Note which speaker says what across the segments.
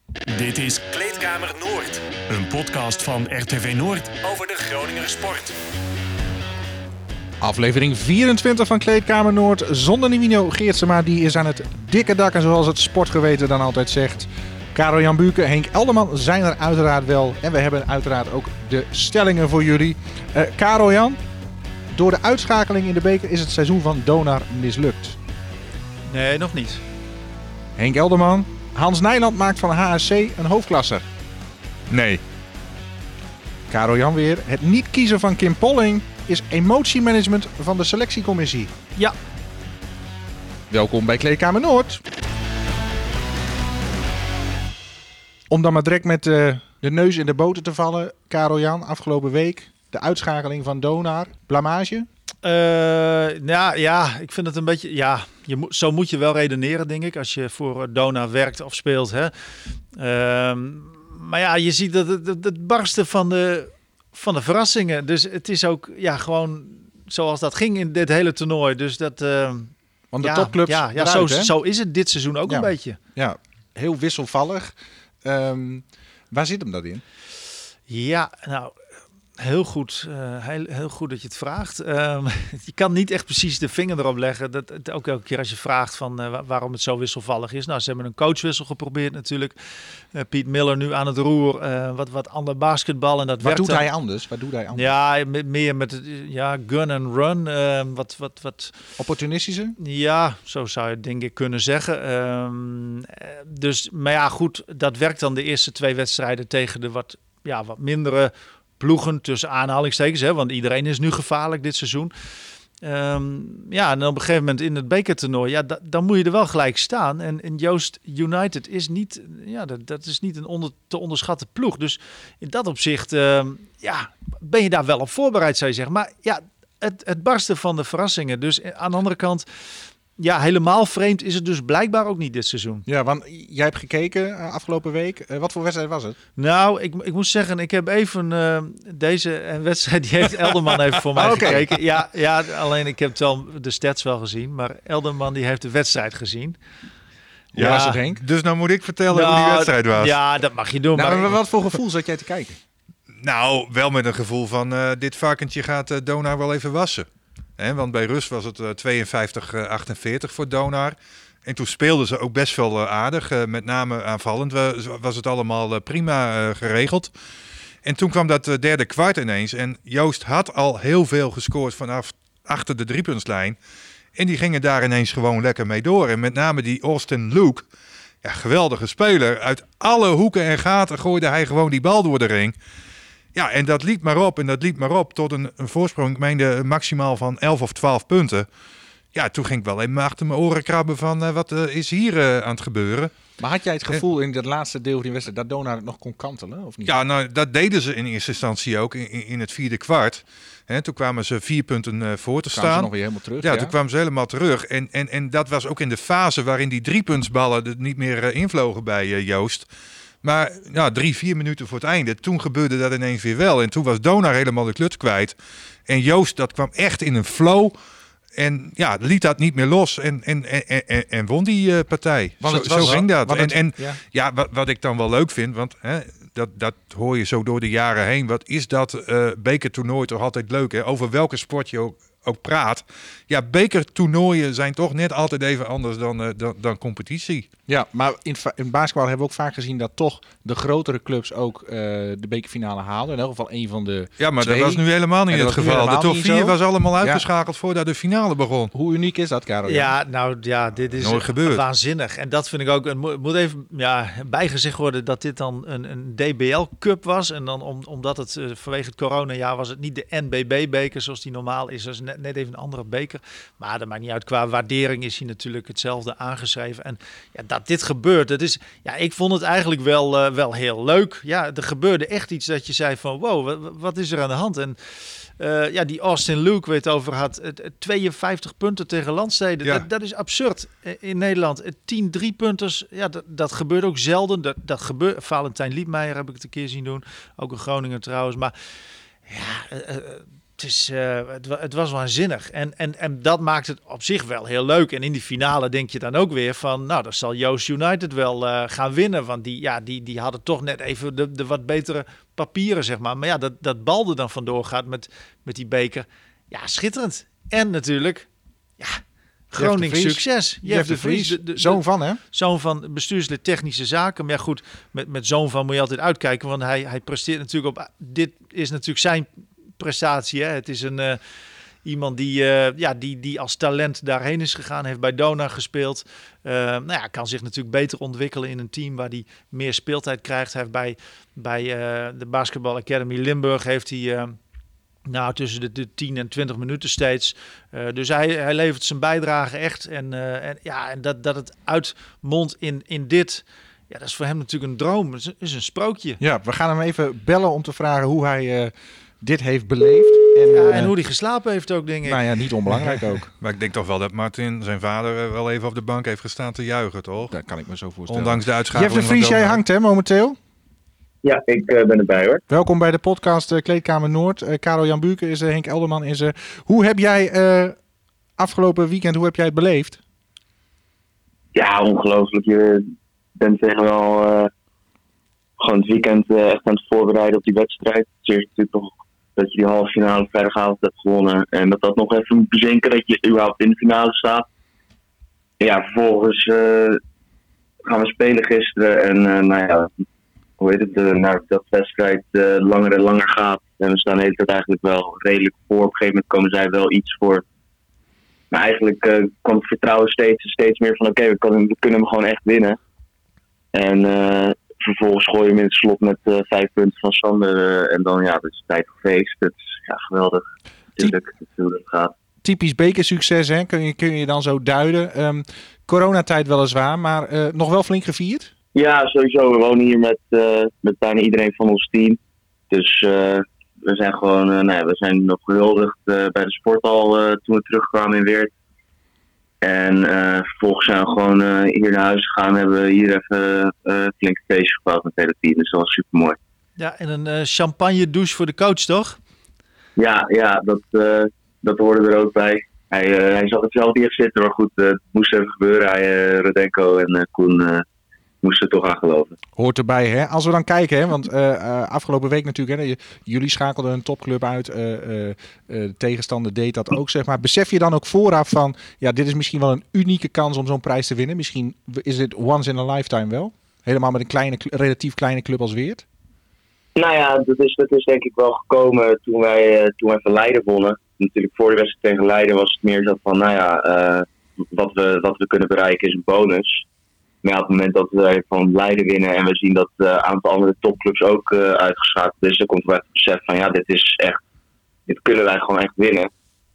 Speaker 1: Dit is Kleedkamer Noord, een podcast van RTV Noord over de Groninger sport.
Speaker 2: Aflevering 24 van Kleedkamer Noord zonder Nivino Geertsema. Die is aan het dikke dak en zoals het sportgeweten dan altijd zegt. Karel-Jan Buurken, Henk Elderman zijn er uiteraard wel. En we hebben uiteraard ook de stellingen voor jullie. Karel-Jan, door de uitschakeling in de beker is het seizoen van Donar mislukt.
Speaker 3: Nee, nog niet.
Speaker 2: Henk Elderman, Hans Nijland maakt van HSC een hoofdklasser.
Speaker 4: Nee.
Speaker 2: Karel-Jan weer, het niet kiezen van Kim Polling is emotiemanagement van de selectiecommissie.
Speaker 3: Ja.
Speaker 2: Welkom bij Kleedkamer Noord. Om dan maar direct met de neus in de boter te vallen, Karel-Jan, afgelopen week de uitschakeling van Donar, blamage?
Speaker 3: Ja, ik vind het een beetje... Ja, zo moet je wel redeneren, denk ik, als je voor Donar werkt of speelt. Hè. Maar ja, je ziet dat het barsten van de verrassingen. Dus het is ook gewoon zoals dat ging in dit hele toernooi. Dus dat...
Speaker 2: Want de topclubs
Speaker 3: zo is het dit seizoen ook een beetje.
Speaker 2: Ja, heel wisselvallig. Waar zit hem dat in?
Speaker 3: Ja, nou... Heel goed, heel goed dat je het vraagt. Je kan niet echt precies de vinger erop leggen. Dat ook elke keer als je vraagt van waarom het zo wisselvallig is. Nou, ze hebben een coachwissel geprobeerd natuurlijk. Piet Miller nu aan het roer. Wat ander basketbal. En dat
Speaker 2: Wat
Speaker 3: werkt
Speaker 2: doet hij anders?
Speaker 3: Ja, meer met gun and run. Wat
Speaker 2: opportunistische?
Speaker 3: Ja, zo zou je het denk ik kunnen zeggen. Maar ja, goed. Dat werkt dan de eerste 2 wedstrijden tegen de wat mindere ploegen tussen aanhalingstekens, hè, want iedereen is nu gevaarlijk dit seizoen. En op een gegeven moment in het bekertoernooi, dan moet je er wel gelijk staan. En Joost United is niet, dat is niet een te onderschatten ploeg. Dus in dat opzicht, ben je daar wel op voorbereid, zou je zeggen. Maar ja, het barsten van de verrassingen. Dus aan de andere kant, ja, helemaal vreemd is het dus blijkbaar ook niet dit seizoen.
Speaker 2: Ja, want jij hebt gekeken afgelopen week. Wat voor wedstrijd was het?
Speaker 3: Nou, ik moet zeggen, ik heb even deze wedstrijd, die heeft Elderman even voor mij gekeken. Ja, alleen ik heb wel de stats wel gezien, maar Elderman die heeft de wedstrijd gezien.
Speaker 4: Ja, was het, Henk? Dus nou moet ik vertellen hoe die wedstrijd was.
Speaker 3: Ja, dat mag je doen.
Speaker 2: Maar wat voor gevoel zat jij te kijken?
Speaker 4: Nou, wel met een gevoel van dit varkentje gaat Donar wel even wassen. Want bij rust was het 52-48 voor Donar. En toen speelden ze ook best wel aardig. Met name aanvallend was het allemaal prima geregeld. En toen kwam dat derde kwart ineens. En Joost had al heel veel gescoord vanaf achter de driepuntslijn. En die gingen daar ineens gewoon lekker mee door. En met name die Austin Luke, geweldige speler. Uit alle hoeken en gaten gooide hij gewoon die bal door de ring. Ja, en dat liep maar op tot een voorsprong, ik meende maximaal van 11 of 12 punten. Ja, toen ging ik wel even achter mijn oren krabben van wat is hier aan het gebeuren.
Speaker 2: Maar had jij het gevoel in dat laatste deel van die wedstrijd dat Donar het nog kon kantelen, of niet?
Speaker 4: Ja, nou, dat deden ze in eerste instantie ook in het vierde kwart. Toen kwamen ze 4 punten voor te staan.
Speaker 2: Kwamen ze nog weer helemaal terug.
Speaker 4: Ja, toen kwamen ze helemaal terug. En dat was ook in de fase waarin die 3-puntsballen er niet meer invlogen bij Joost. Maar 3-4 minuten voor het einde, toen gebeurde dat ineens weer wel. En toen was Donar helemaal de kluts kwijt. En Joost, dat kwam echt in een flow. En liet dat niet meer los en won die partij. Zo ging dat. Wat ik dan wel leuk vind, want dat hoor je zo door de jaren heen. Wat is dat bekertoernooi toch altijd leuk, hè? Over welke sport je ook praat. Ja, bekertoernooien zijn toch net altijd even anders dan competitie.
Speaker 2: Ja, maar in basketbal hebben we ook vaak gezien dat toch de grotere clubs ook de bekerfinale halen. In elk geval een van de
Speaker 4: maar
Speaker 2: twee.
Speaker 4: Dat was nu helemaal niet het geval. De top 4 was allemaal uitgeschakeld voordat de finale begon.
Speaker 2: Hoe uniek is dat, Karel?
Speaker 3: Ja, dit is
Speaker 4: nooit gebeurd.
Speaker 3: Waanzinnig. En dat vind ik ook, het moet even bijgezegd worden dat dit dan een DBL Cup was. En dan omdat het vanwege het coronajaar was het niet de NBB-beker zoals die normaal is. Dat is net even een andere beker. Maar dat maakt niet uit. Qua waardering is hij natuurlijk hetzelfde aangeschreven. En dat dit gebeurt, dat is, ik vond het eigenlijk wel heel leuk. Ja, er gebeurde echt iets dat je zei van wow, wat is er aan de hand? En die Austin Luke, waar je het over had, 52 punten tegen Landsteden. Ja. Dat is absurd in Nederland. 10 3-punters, dat gebeurt ook zelden. Dat gebeurt. Valentijn Liepmeijer heb ik het een keer zien doen. Ook een Groninger trouwens. Maar het was waanzinnig. En dat maakt het op zich wel heel leuk. En in die finale denk je dan ook weer van... Nou, dan zal Joost United wel gaan winnen. Want die hadden toch net even de wat betere papieren, zeg maar. Maar ja, dat Balde dan vandoor gaat met die beker. Ja, schitterend. En natuurlijk... Ja, Groningen succes.
Speaker 2: Jeff de Vries, zoon van, hè?
Speaker 3: Zoon van bestuurslid technische zaken. Maar ja, goed, met zoon van moet je altijd uitkijken. Want hij presteert natuurlijk op... Dit is natuurlijk zijn prestatie. Hè? Het is iemand die als talent daarheen is gegaan. Heeft bij Donar gespeeld. Kan zich natuurlijk beter ontwikkelen in een team waar hij meer speeltijd krijgt. Hij heeft bij de Basketball Academy Limburg heeft hij... tussen de 10 en 20 minuten steeds. Dus hij levert zijn bijdrage echt. En dat het uitmondt in dit... Ja, dat is voor hem natuurlijk een droom. Het is een sprookje.
Speaker 2: Ja, we gaan hem even bellen om te vragen hoe hij dit heeft beleefd.
Speaker 3: En hoe hij geslapen heeft ook, denk ik.
Speaker 2: Nou ja, niet onbelangrijk ook.
Speaker 4: Maar ik denk toch wel dat Martin, zijn vader, wel even op de bank heeft gestaan te juichen, toch?
Speaker 2: Dat kan ik me zo voorstellen.
Speaker 4: Ondanks de uitschakeling.
Speaker 2: Jeff de Vries, jij hangt hè, momenteel?
Speaker 5: Ja, ik ben erbij hoor.
Speaker 2: Welkom bij de podcast Kleedkamer Noord. Karel-Jan Buurken is er, Henk Elderman is er. Hoe heb jij afgelopen weekend, hoe heb jij het beleefd?
Speaker 5: Ja, ongelooflijk. Je bent echt wel gewoon het weekend echt aan het voorbereiden op die wedstrijd. Het is natuurlijk toch dat je die halve finale vrijdagavond hebt gewonnen. En dat nog even moet bezinken dat je überhaupt in de finale staat. Ja, vervolgens gaan we spelen gisteren. En hoe heet het, naar dat wedstrijd langer en langer gaat. En we staan de hele tijd eigenlijk wel redelijk voor. Op een gegeven moment komen zij wel iets voor. Maar eigenlijk kwam het vertrouwen steeds meer van oké, we kunnen hem gewoon echt winnen. En vervolgens gooi je hem in het slot met 5 punten van Sander. En dan dat is tijd voor feest. Het is geweldig. Natuurlijk, hoe dat gaat.
Speaker 2: Typisch bekersucces, hè? Kun je dan zo duiden. Coronatijd weliswaar, maar nog wel flink gevierd?
Speaker 5: Ja, sowieso. We wonen hier met bijna iedereen van ons team. Dus we zijn gewoon, we zijn nog gehuldigd bij de sporthal toen we terugkwamen in Weert. En vervolgens zijn we gewoon hier naar huis gegaan. Hebben we hier even een flink feestje gebouwd met het hele team. Dus dat was super mooi.
Speaker 3: Ja, en een champagne douche voor de coach, toch?
Speaker 5: Ja, dat hoorde er ook bij. Hij zag het zelf niet echt zitten, maar goed, het moest even gebeuren. Rodenko en Koen moesten er toch aan geloven.
Speaker 2: Hoort erbij, hè? Als we dan kijken, hè? Want afgelopen week natuurlijk, hè, jullie schakelden een topclub uit. De tegenstander deed dat ook, zeg maar. Besef je dan ook vooraf van, ja, dit is misschien wel een unieke kans om zo'n prijs te winnen. Misschien is het once in a lifetime wel. Helemaal met een relatief kleine club als Weert.
Speaker 5: Nou ja, dat is denk ik wel gekomen toen wij van Leiden wonnen. Natuurlijk voor de wedstrijd tegen Leiden was het meer zo van, wat we kunnen bereiken is een bonus. Maar op het moment dat we van Leiden winnen en we zien dat een aantal andere topclubs ook uitgeschakeld is, dan komt er het besef van dit kunnen wij gewoon echt winnen.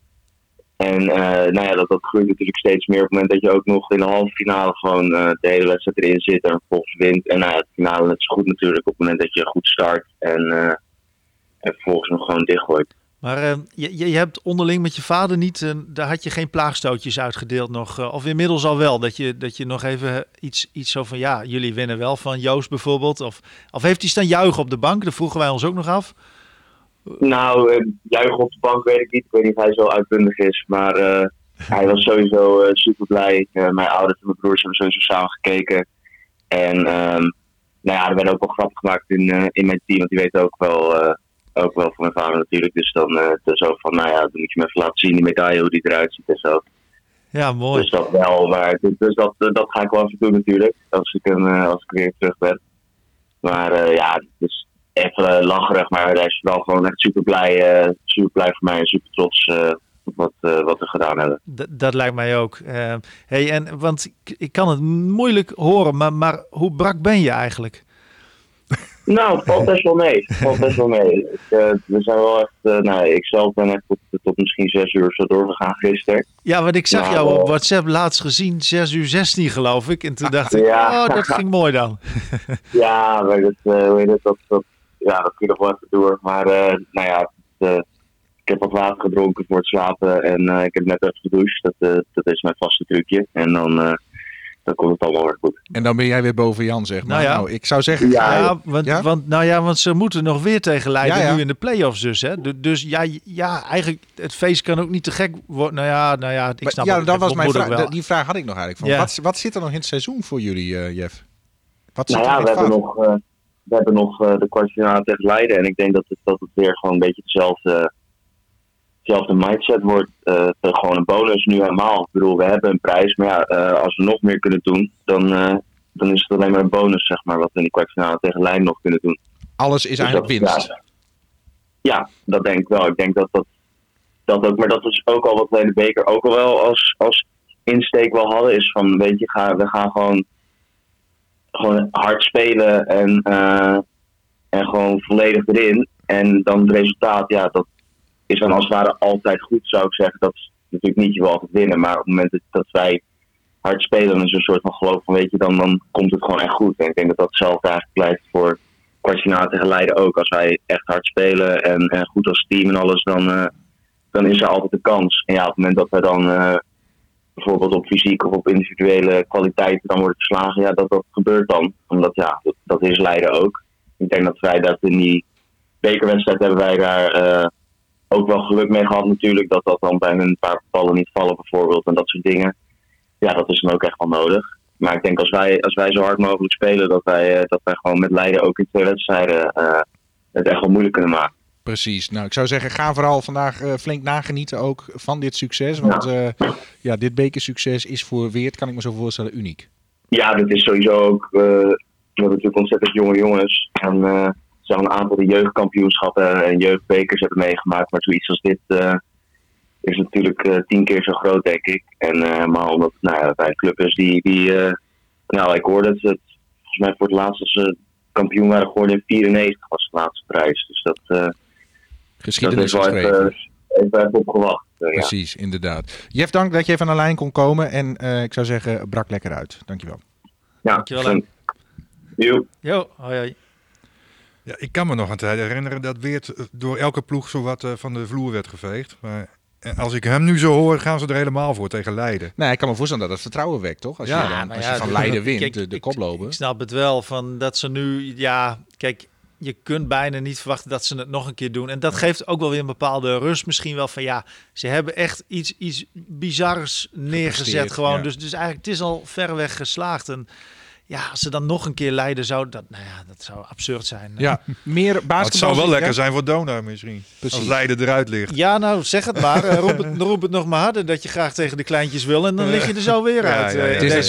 Speaker 5: En dat groeit natuurlijk steeds meer op het moment dat je ook nog in de halve finale gewoon de hele wedstrijd erin zit en vervolgens wint. En het finale net zo goed natuurlijk op het moment dat je goed start en vervolgens nog gewoon dichtgooit.
Speaker 3: Maar je hebt onderling met je vader niet, daar had je geen plaagstootjes uitgedeeld nog. Of inmiddels al wel, dat je nog even iets zo van, ja, jullie winnen wel van Joost bijvoorbeeld. Of heeft hij staan juichen op de bank? Dat vroegen wij ons ook nog af.
Speaker 5: Nou, juichen op de bank weet ik niet. Ik weet niet of hij zo uitbundig is. Maar hij was sowieso super blij. Mijn ouders en mijn broers hebben sowieso samen gekeken. En er werden ook wel grappen gemaakt in mijn team. Want die weten ook wel van mijn vader natuurlijk. Dus dan zo van, dan moet je me even laten zien, die medaille, hoe die eruit ziet en zo.
Speaker 3: Ja, mooi.
Speaker 5: Dus dat wel, maar dat ga ik wel even doen natuurlijk. Als ik weer terug ben. Maar het is even lacherig, maar hij is vooral gewoon echt super blij voor mij en super trots op wat we gedaan hebben.
Speaker 3: Dat lijkt mij ook. Want ik kan het moeilijk horen, maar hoe brak ben je eigenlijk?
Speaker 5: Nou, het valt best wel mee. We zijn wel echt, ik zelf ben echt tot misschien 6 uur zo doorgegaan gisteren.
Speaker 3: Ja, want ik zag jou op WhatsApp laatst gezien, 6:16 geloof ik. En toen dacht ik, dat ging mooi dan.
Speaker 5: Ja, maar dat kun je nog wel even door. Maar ik heb wat water gedronken voor het slapen en ik heb net even gedoucht. Dat is mijn vaste trucje. En dan dan komt het allemaal weer goed.
Speaker 2: En dan ben jij weer boven Jan, zeg maar.
Speaker 3: Nou ja.
Speaker 2: Nou, ik zou zeggen...
Speaker 5: Ja,
Speaker 3: Want ze moeten nog weer tegen Leiden
Speaker 2: Ja.
Speaker 3: nu in de play-offs dus. Hè? Dus eigenlijk, het feest kan ook niet te gek worden. Nou ja, ik snap het.
Speaker 2: dat was mijn
Speaker 3: moet ook
Speaker 2: vraag.
Speaker 3: wel.
Speaker 2: Die vraag had ik nog eigenlijk. Van.
Speaker 3: Ja.
Speaker 2: Wat zit er nog in het seizoen voor jullie, Jeff? Wat zit
Speaker 5: Nou
Speaker 2: er
Speaker 5: ja,
Speaker 2: in
Speaker 5: we
Speaker 2: het vat?
Speaker 5: hebben nog de kwartfinale tegen Leiden. En ik denk dat het weer gewoon een beetje dezelfde mindset wordt. Gewoon een bonus nu helemaal. Ik bedoel, we hebben een prijs. Maar ja, als we nog meer kunnen doen, dan is het alleen maar een bonus, zeg maar. Wat we in die kwartfinale tegen Leiden nog kunnen doen.
Speaker 2: Alles is
Speaker 5: Dus
Speaker 2: eigenlijk
Speaker 5: dat-
Speaker 2: winst.
Speaker 5: Ja, dat denk ik wel. Ik denk dat ook. Maar dat is ook al wat we in de beker ook al wel als insteek wel hadden. Is van, weet je, we gaan gewoon hard spelen en gewoon volledig erin. En dan het resultaat, ja, dat is dan als het ware altijd goed, zou ik zeggen. Dat is natuurlijk niet je wil altijd winnen. Maar op het moment dat wij hard spelen, dan is er een soort van geloof van, weet je, dan komt het gewoon echt goed. En ik denk dat hetzelfde eigenlijk blijft voor kwartfinale tegen Leiden ook. Als wij echt hard spelen en goed als team en alles, dan is er altijd een kans. En ja, op het moment dat wij dan bijvoorbeeld op fysiek of op individuele kwaliteiten dan worden verslagen, ja, dat gebeurt dan. Omdat ja, dat is Leiden ook. Ik denk dat wij dat in die bekerwedstrijd hebben wij daar ook wel geluk mee gehad natuurlijk. Dat dan bij een paar ballen niet vallen bijvoorbeeld en dat soort dingen. Ja, dat is dan ook echt wel nodig. Maar ik denk als wij zo hard mogelijk spelen, dat wij gewoon met Leiden ook in 2 wedstrijden het echt wel moeilijk kunnen maken.
Speaker 2: Precies. Nou, ik zou zeggen, ga vooral vandaag flink nagenieten ook van dit succes. Want dit bekersucces is voor Weert, kan ik me zo voorstellen, uniek.
Speaker 5: Ja, dat is sowieso ook. We hebben natuurlijk ontzettend jonge jongens. En er zijn een aantal die jeugdkampioenschappen en jeugdbekers hebben meegemaakt. Maar zoiets als dit is natuurlijk 10 keer zo groot, denk ik. En helemaal omdat bij een club is die ik hoorde het. Volgens mij voor het laatst als ze kampioen waren geworden in 94 was de laatste prijs. Dus dat
Speaker 2: Geschiedenis
Speaker 5: is wel
Speaker 2: geschreven.
Speaker 5: even opgewacht.
Speaker 2: Precies, inderdaad. Jeff, dank dat je even aan de lijn kon komen. En ik zou zeggen, brak lekker uit. Dankjewel.
Speaker 5: Ja,
Speaker 3: Dankjewel, hè.
Speaker 5: Jo.
Speaker 3: Jo, hoi.
Speaker 4: Ja, ik kan me nog een tijd herinneren dat Weert door elke ploeg zowat van de vloer werd geveegd. Maar als ik hem nu zo hoor, gaan ze er helemaal voor tegen Leiden.
Speaker 2: Nee, ik kan me voorstellen dat het vertrouwen wekt, toch? Als je van Leiden wint,
Speaker 3: kijk,
Speaker 2: de koploper.
Speaker 3: Ik snap het wel, van dat ze nu... Ja, kijk, je kunt bijna niet verwachten dat ze het nog een keer doen. En dat geeft ook wel weer een bepaalde rust misschien wel van... Ja, ze hebben echt iets bizars neergezet gewoon.
Speaker 2: Ja.
Speaker 3: Dus eigenlijk, het is al ver weg geslaagd. En ja, als ze dan nog een keer Leiden zou... Dat zou absurd zijn.
Speaker 2: Ja, meer basketbal.
Speaker 4: Het zou wel lekker zijn voor Donar misschien.
Speaker 2: Precies.
Speaker 4: Als Leiden eruit ligt.
Speaker 3: Ja, nou, zeg het maar. Roep het nog maar harder dat je graag tegen de kleintjes wil. En dan lig je er zo weer uit.
Speaker 4: Ja.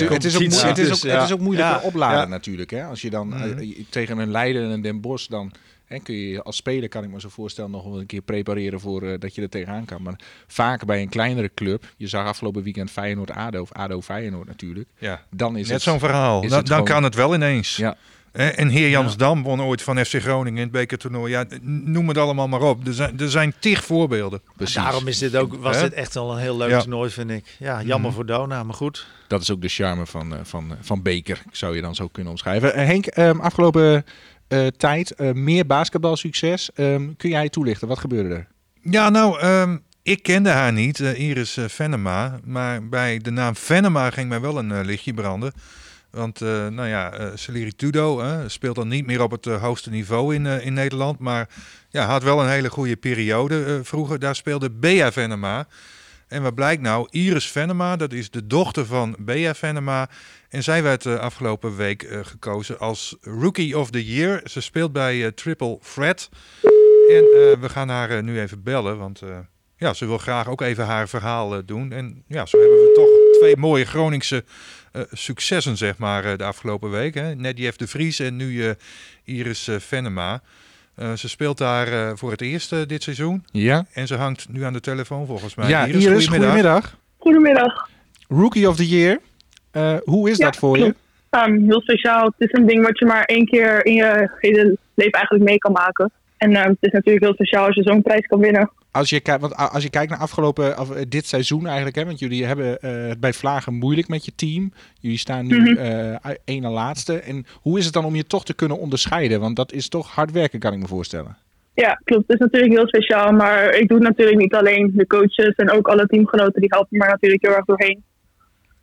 Speaker 2: Het is ook moeilijker
Speaker 3: Ja.
Speaker 2: opladen
Speaker 3: Ja.
Speaker 2: natuurlijk. Hè? Als je dan tegen een Leiden en een Den Bosch dan... kun je als speler, kan ik me zo voorstellen, nog wel een keer prepareren voor dat je er tegenaan kan. Maar vaak bij een kleinere club, je zag afgelopen weekend Feyenoord-ADO of ADO-Feyenoord natuurlijk.
Speaker 4: Ja.
Speaker 2: Dan is
Speaker 4: Net zo'n verhaal.
Speaker 2: is
Speaker 4: Dan
Speaker 2: het gewoon-
Speaker 4: kan het wel ineens.
Speaker 2: Ja.
Speaker 4: En Heer Jansdam won ooit van FC Groningen in het bekertoernooi. Ja, noem het allemaal maar op. Er zijn 10 voorbeelden.
Speaker 2: Precies.
Speaker 3: Daarom was dit echt wel een heel leuk toernooi, vind ik. Ja, jammer voor Dona, maar goed.
Speaker 2: Dat is ook de charme van beker, zou je dan zo kunnen omschrijven. Henk, afgelopen tijd meer basketbalsucces. Kun jij toelichten? Wat gebeurde er?
Speaker 4: Ja, nou, ik kende haar niet, Iris Venema. Maar bij de naam Venema ging mij wel een lichtje branden. Want Celeri Tudo speelt dan niet meer op het hoogste niveau in Nederland. Maar ja, had wel een hele goede periode vroeger. Daar speelde Bea Venema. En wat blijkt nou? Iris Venema, dat is de dochter van Bea Venema. En zij werd afgelopen week gekozen als Rookie of the Year. Ze speelt bij Triple Threat. En we gaan haar nu even bellen, want ze wil graag ook even haar verhaal doen. En ja, zo hebben we toch 2 mooie Groningse successen, zeg maar, de afgelopen week. Hè? Nedjev de Vries en nu Iris Venema. Ze speelt daar voor het eerst dit seizoen.
Speaker 2: Ja,
Speaker 4: En ze hangt nu aan de telefoon volgens mij.
Speaker 2: ja Iris, goedemiddag.
Speaker 6: Goedemiddag.
Speaker 2: Rookie of the Year. Hoe is dat voor je?
Speaker 6: Heel speciaal. Het is een ding wat je maar 1 keer in je hele leven eigenlijk mee kan maken. En het is natuurlijk heel speciaal als je zo'n prijs kan winnen.
Speaker 2: Als je kijkt naar dit seizoen eigenlijk, hè, want jullie hebben het bij Vlagen moeilijk met je team. Jullie staan nu ene laatste. En hoe is het dan om je toch te kunnen onderscheiden? Want dat is toch hard werken, kan ik me voorstellen.
Speaker 6: Ja, klopt. Het is natuurlijk heel speciaal. Maar ik doe het natuurlijk niet alleen. De coaches en ook alle teamgenoten die helpen me natuurlijk heel erg doorheen.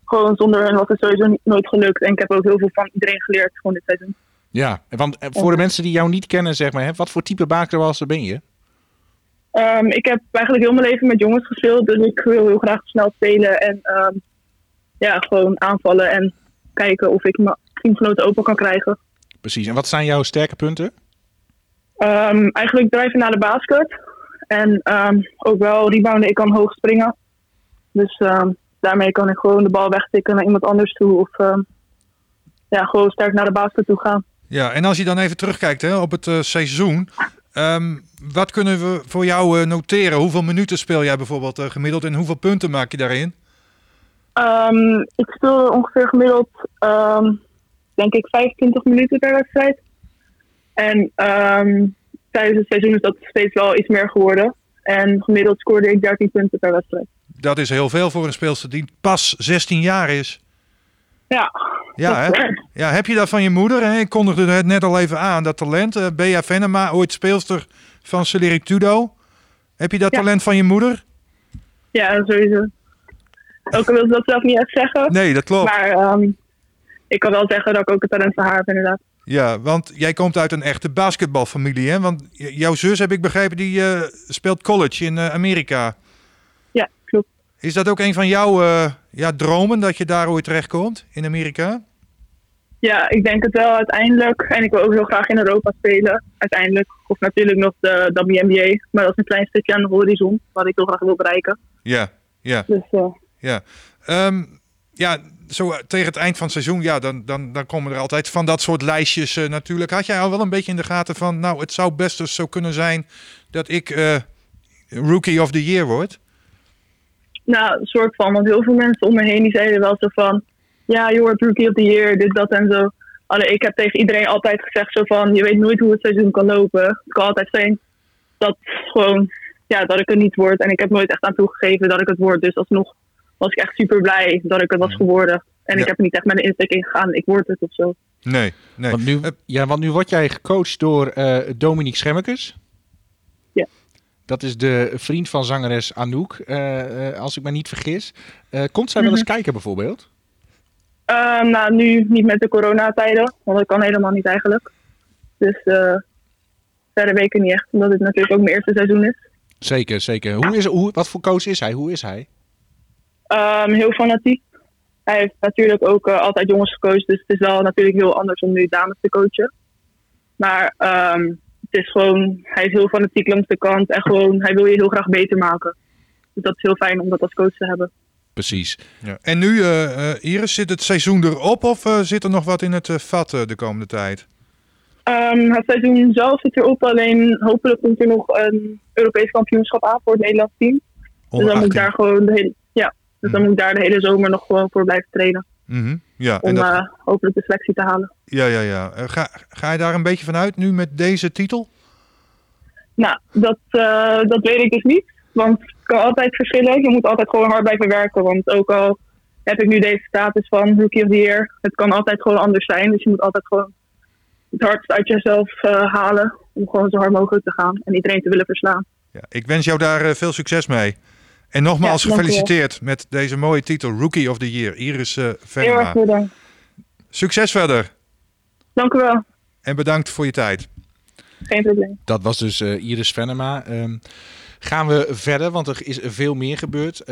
Speaker 6: gewoon zonder hen was het sowieso nooit gelukt. En ik heb ook heel veel van iedereen geleerd gewoon dit seizoen.
Speaker 2: Ja, want voor de mensen die jou niet kennen, zeg maar, wat voor type basketbalster ben je?
Speaker 6: Ik heb eigenlijk heel mijn leven met jongens gespeeld. Dus ik wil heel graag snel spelen. En gewoon aanvallen en kijken of ik mijn teamgenoten open kan krijgen.
Speaker 2: Precies. En wat zijn jouw sterke punten?
Speaker 6: Eigenlijk drijven naar de basket. En ook wel rebounden. Ik kan hoog springen. Dus daarmee kan ik gewoon de bal wegtikken naar iemand anders toe. Of gewoon sterk naar de basket toe gaan.
Speaker 4: Ja, en als je dan even terugkijkt op het seizoen. Wat kunnen we voor jou noteren? Hoeveel minuten speel jij bijvoorbeeld gemiddeld en hoeveel punten maak je daarin?
Speaker 6: Ik speel ongeveer gemiddeld, denk ik, 25 minuten per wedstrijd. En tijdens het seizoen is dat steeds wel iets meer geworden. En gemiddeld scoorde ik 13 punten per wedstrijd.
Speaker 4: Dat is heel veel voor een speelster die pas 16 jaar is.
Speaker 6: Ja,
Speaker 4: Ja, hè? Ja, heb je dat van je moeder? Hè? Ik kondigde het net al even aan, dat talent. Bea Venema, ooit speelster van Celeri Tudo. Heb je dat talent van je moeder?
Speaker 6: Ja, sowieso. Ook al wil ze dat zelf niet echt zeggen.
Speaker 4: Nee, dat klopt.
Speaker 6: Maar ik kan wel zeggen dat ik ook het talent van haar heb, inderdaad.
Speaker 4: Ja, want jij komt uit een echte basketbalfamilie, hè? Want jouw zus, heb ik begrepen, die speelt college in Amerika.
Speaker 6: Ja, klopt.
Speaker 4: Is dat ook een van jouw dromen, dat je daar ooit terechtkomt in Amerika?
Speaker 6: Ja, ik denk het wel uiteindelijk. En ik wil ook heel graag in Europa spelen, uiteindelijk. Of natuurlijk nog de WNBA. Maar dat is een klein stukje aan de horizon, wat ik heel graag wil bereiken.
Speaker 4: Ja.
Speaker 6: Dus,
Speaker 4: zo tegen het eind van het seizoen, dan komen er altijd van dat soort lijstjes natuurlijk. Had jij al wel een beetje in de gaten van, nou, het zou best dus zo kunnen zijn dat ik Rookie of the Year word?
Speaker 6: Nou, een soort van. Want heel veel mensen om me heen die zeiden wel zo van, ja, je wordt Rookie of the Year, dit, dat en zo. Allee, ik heb tegen iedereen altijd gezegd zo van, je weet nooit hoe het seizoen kan lopen. Het kan altijd zijn dat gewoon, dat ik het niet word. En ik heb nooit echt aan toegegeven dat ik het word. Dus alsnog was ik echt super blij dat ik het was geworden. En ik heb er niet echt met een insteek in gegaan, ik word het of zo.
Speaker 4: Nee.
Speaker 2: Want nu word jij gecoacht door Dominique Schemmekes.
Speaker 6: Ja.
Speaker 2: Dat is de vriend van zangeres Anouk, als ik me niet vergis. Komt zij wel eens kijken bijvoorbeeld?
Speaker 6: Nu niet met de coronatijden, want dat kan helemaal niet eigenlijk. Dus verder weken niet echt, omdat het natuurlijk ook mijn eerste seizoen is.
Speaker 2: Zeker. Wat voor coach is hij? Hoe is hij?
Speaker 6: Heel fanatiek. Hij heeft natuurlijk ook altijd jongens gecoacht, dus het is wel natuurlijk heel anders om nu dames te coachen. Maar het is gewoon, hij is heel fanatiek langs de kant en gewoon, hij wil je heel graag beter maken. Dus dat is heel fijn om dat als coach te hebben.
Speaker 2: Precies.
Speaker 4: Ja. En nu, Iris, zit het seizoen erop of zit er nog wat in het vat de komende tijd?
Speaker 6: Het seizoen zelf zit erop, alleen hopelijk komt er nog een Europees kampioenschap aan voor het Nederlands team. Dus dan moet ik daar gewoon dan moet ik daar de hele zomer nog gewoon voor blijven trainen.
Speaker 4: Mm-hmm. Ja,
Speaker 6: om hopelijk de selectie te halen.
Speaker 4: Ja. Ga je daar een beetje vanuit nu met deze titel?
Speaker 6: Nou, dat weet ik dus niet. Want het kan altijd verschillen. Je moet altijd gewoon hard blijven werken. Want ook al heb ik nu deze status van Rookie of the Year, het kan altijd gewoon anders zijn. Dus je moet altijd gewoon het hardst uit jezelf halen. Om gewoon zo hard mogelijk te gaan en iedereen te willen verslaan.
Speaker 4: Ja, ik wens jou daar veel succes mee. En nogmaals gefeliciteerd met deze mooie titel Rookie of the Year. Iris Venema.
Speaker 6: Heel erg bedankt.
Speaker 4: Succes verder.
Speaker 6: Dank u wel.
Speaker 4: En bedankt voor je tijd.
Speaker 6: Geen probleem.
Speaker 2: Dat was dus Iris Venema. Gaan we verder, want er is veel meer gebeurd.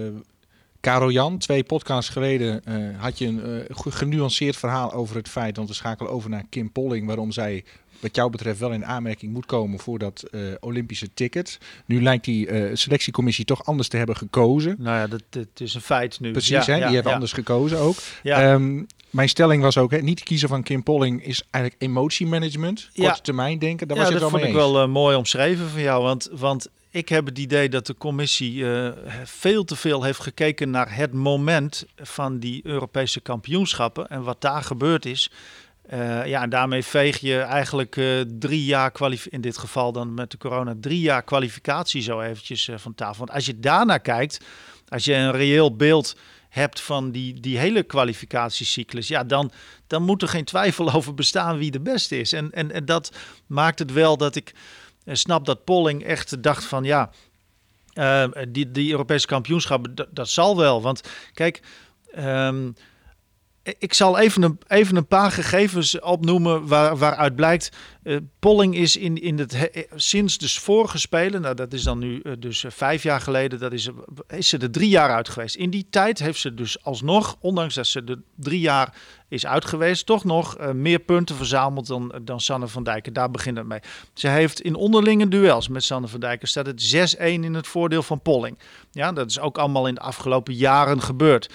Speaker 2: Caro Jan, 2 podcasts geleden had je een genuanceerd verhaal over het feit, want we schakelen over naar Kim Polling, waarom zij wat jou betreft wel in aanmerking moet komen voor dat Olympische ticket. Nu lijkt die selectiecommissie toch anders te hebben gekozen.
Speaker 3: Nou ja, dat is een feit nu.
Speaker 2: Precies, die heeft anders gekozen ook. Ja. Mijn stelling was ook, niet kiezen van Kim Polling is eigenlijk emotiemanagement. Korte termijn denken, daar was je het wel mee eens.
Speaker 3: Dat vond ik wel mooi omschreven van jou, want ik heb het idee dat de commissie veel te veel heeft gekeken naar het moment van die Europese kampioenschappen en wat daar gebeurd is. En daarmee veeg je eigenlijk 3 jaar in dit geval dan met de corona 3 jaar kwalificatie zo eventjes van tafel. Want als je daarnaar kijkt, als je een reëel beeld hebt van die hele kwalificatiecyclus, dan moet er geen twijfel over bestaan wie de beste is. En dat maakt het wel dat ik snap dat Polling echt dacht van die Europese kampioenschappen, dat zal wel. Want kijk, Ik zal even een paar gegevens opnoemen waaruit blijkt. Polling is sinds de vorige Spelen, nou dat is dan nu dus 5 jaar geleden, is ze er 3 jaar uit geweest. In die tijd heeft ze dus alsnog, ondanks dat ze er 3 jaar is uit geweest, toch nog meer punten verzameld dan Sanne van Dijken. Daar begint het mee. Ze heeft in onderlinge duels met Sanne van Dijken staat het 6-1 in het voordeel van Polling. Ja, dat is ook allemaal in de afgelopen jaren gebeurd.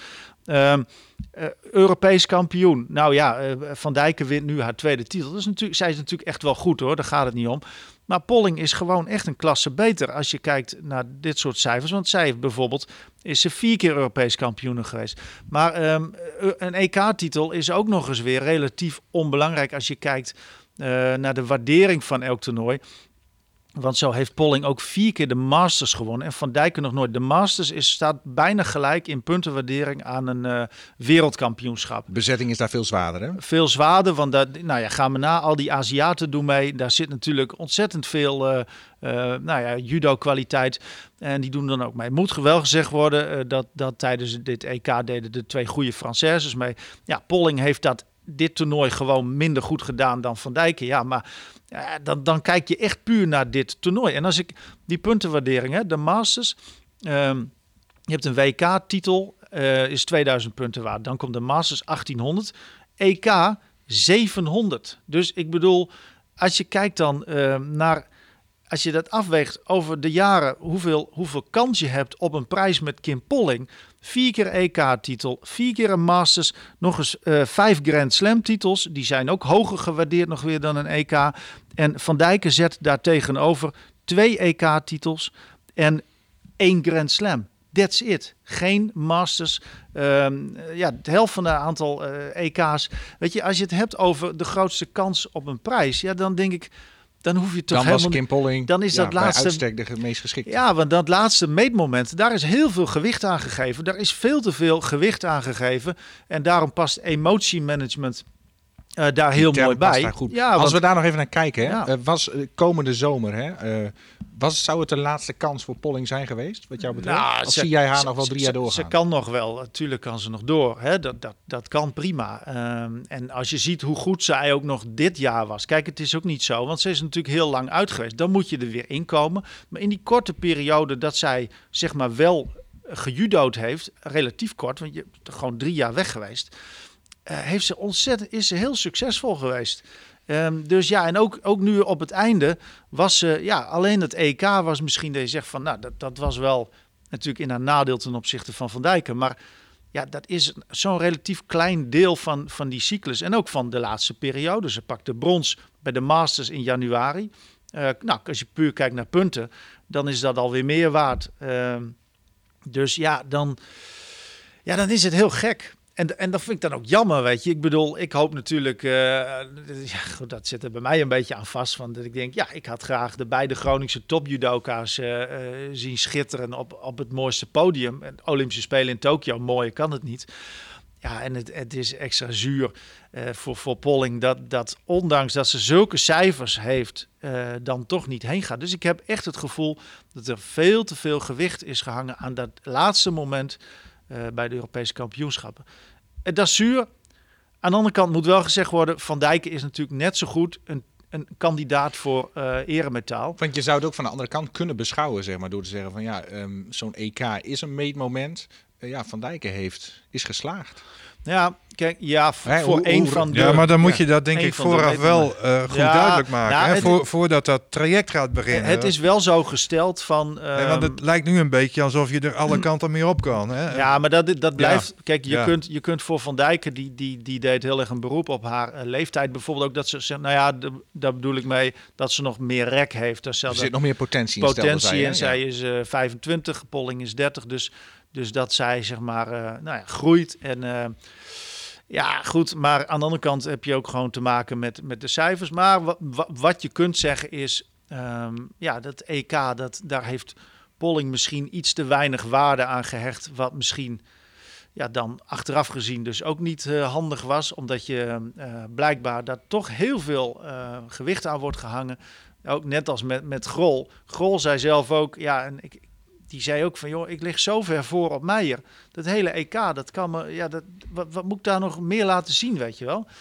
Speaker 3: Europees kampioen. Nou ja, Van Dijken wint nu haar tweede titel. Zij is natuurlijk echt wel goed hoor, daar gaat het niet om. Maar Polling is gewoon echt een klasse beter als je kijkt naar dit soort cijfers. Want zij heeft bijvoorbeeld, is ze 4 keer Europees kampioen geweest. Maar een EK-titel is ook nog eens weer relatief onbelangrijk als je kijkt naar de waardering van elk toernooi. Want zo heeft Polling ook 4 keer de Masters gewonnen. En Van Dijken nog nooit. De Masters staat bijna gelijk in puntenwaardering aan een wereldkampioenschap.
Speaker 2: Bezetting is daar veel zwaarder, hè?
Speaker 3: Veel zwaarder, want gaan we na. Al die Aziaten doen mee. Daar zit natuurlijk ontzettend veel judo-kwaliteit. En die doen dan ook mee. Moet wel gezegd worden dat tijdens dit EK deden de 2 goede Françaises mee. Ja, Polling heeft dit toernooi gewoon minder goed gedaan dan Van Dijken. Ja, maar dan kijk je echt puur naar dit toernooi. En als ik die puntenwaardering, de Masters, je hebt een WK-titel, is 2000 punten waard. Dan komt de Masters 1800, EK 700. Dus ik bedoel, als je kijkt dan als je dat afweegt over de jaren, hoeveel kans je hebt op een prijs met Kim Polling. 4 keer EK-titel, 4 keer een Masters, nog eens 5 Grand Slam-titels. Die zijn ook hoger gewaardeerd nog weer dan een EK. En Van Dijken zet daar tegenover 2 EK-titels en 1 Grand Slam. That's it. Geen Masters. De helft van de aantal EK's. Weet je, als je het hebt over de grootste kans op een prijs, ja, dan denk ik, dan hoef je toch
Speaker 2: dan
Speaker 3: helemaal...
Speaker 2: was Kim Polling
Speaker 3: dan is dat laatste
Speaker 2: uitstek de meest geschikte.
Speaker 3: Ja, want dat laatste meetmoment, daar is heel veel gewicht aan gegeven. Daar is veel te veel gewicht aan gegeven. En daarom past emotiemanagement daar heel mooi bij.
Speaker 2: Ja, als we daar nog even naar kijken, hè, was komende zomer, zou het de laatste kans voor Polling zijn geweest, wat jou betreft? Nou, of zie jij haar nog wel 3 jaar doorgaan?
Speaker 3: Ze kan nog wel, natuurlijk kan ze nog door. Hè? Dat kan prima. En als je ziet hoe goed zij ook nog dit jaar was. Kijk, het is ook niet zo, want ze is natuurlijk heel lang uit geweest. Dan moet je er weer inkomen. Maar in die korte periode dat zij zeg maar wel gejudo'd heeft, relatief kort, want je bent gewoon 3 jaar weg geweest, is ze heel succesvol geweest. Dus ja, en ook nu op het einde was ze, alleen het EK was misschien dat je zegt van, nou, dat was wel natuurlijk in haar nadeel ten opzichte van Van Dijken. Maar ja, dat is zo'n relatief klein deel van die cyclus. En ook van de laatste periode. Ze pakte brons bij de Masters in januari. Als je puur kijkt naar punten, dan is dat alweer meer waard. Dus ja, dan is het heel gek. En dat vind ik dan ook jammer, weet je. Ik bedoel, ik hoop natuurlijk, dat zit er bij mij een beetje aan vast. Van dat ik denk, ik had graag de beide Groningse topjudoka's zien schitteren op het mooiste podium. En Olympische Spelen in Tokio, mooier kan het niet. Ja, en het is extra zuur voor Polling dat ondanks dat ze zulke cijfers heeft, dan toch niet heen gaat. Dus ik heb echt het gevoel dat er veel te veel gewicht is gehangen aan dat laatste moment bij de Europese kampioenschappen. Dat is zuur. Aan de andere kant moet wel gezegd worden, Van Dijken is natuurlijk net zo goed een kandidaat voor eremetaal.
Speaker 2: Want je zou het ook van de andere kant kunnen beschouwen, zeg maar, door te zeggen van zo'n EK is een meetmoment. Van Dijken is geslaagd.
Speaker 3: Ja, kijk, voor een van de...
Speaker 4: Ja, maar dan moet je dat denk ik vooraf wel goed duidelijk maken. Voordat dat traject gaat beginnen.
Speaker 3: Het is wel zo gesteld van...
Speaker 4: want het lijkt nu een beetje alsof je er alle kanten mee op kan. Hè?
Speaker 3: Ja, maar dat blijft... Ja. Kijk, je kunt voor Van Dijken, die deed heel erg een beroep op haar leeftijd. Bijvoorbeeld ook dat ze zegt, daar bedoel ik mee, dat ze nog meer rek heeft. Er
Speaker 2: zit nog meer potentie in.
Speaker 3: En zij is 25, Polling is 30, dus dat zij zeg maar groeit en goed, maar aan de andere kant heb je ook gewoon te maken met de cijfers. Maar wat je kunt zeggen is, dat EK, daar heeft Polling misschien iets te weinig waarde aan gehecht, wat misschien dan achteraf gezien dus ook niet handig was, omdat je blijkbaar daar toch heel veel gewicht aan wordt gehangen. Ook net als met Grol. Grol zei zelf ook, die zei ook van, joh, ik lig zo ver voor op Meijer. Dat hele EK, dat kan me... Wat moet ik daar nog meer laten zien, weet je wel?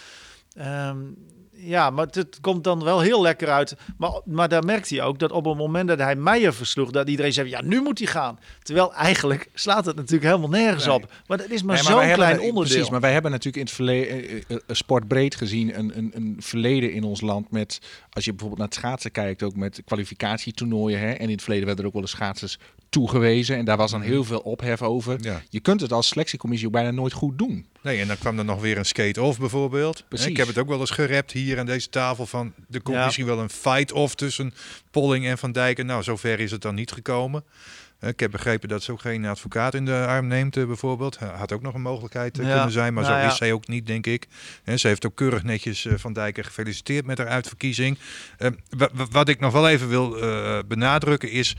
Speaker 3: Maar het komt dan wel heel lekker uit. Maar daar merkt hij ook dat op het moment dat hij Meijer versloeg, dat iedereen zei, ja, nu moet hij gaan. Terwijl eigenlijk slaat het natuurlijk helemaal nergens op. Maar dat is maar zo'n klein onderdeel.
Speaker 2: Precies, maar wij hebben natuurlijk in het verleden, sportbreed gezien, een verleden in ons land met, als je bijvoorbeeld naar het schaatsen kijkt, ook met kwalificatietoernooien. Hè, en in het verleden werden er ook wel eens schaatsers toegewezen. En daar was dan heel veel ophef over. Ja. Je kunt het als selectiecommissie ook bijna nooit goed doen.
Speaker 4: Nee, en dan kwam er nog weer een skate-off bijvoorbeeld.
Speaker 2: Precies.
Speaker 4: Ik heb het ook wel eens gerept hier aan deze tafel van, er komt misschien wel een fight-off tussen Polling en Van Dijk. Nou, zover is het dan niet gekomen. Ik heb begrepen dat ze ook geen advocaat in de arm neemt bijvoorbeeld. Had ook nog een mogelijkheid kunnen zijn, maar zo is zij ook niet, denk ik. Ze heeft ook keurig netjes Van Dijk gefeliciteerd met haar uitverkiezing. Wat ik nog wel even wil benadrukken is...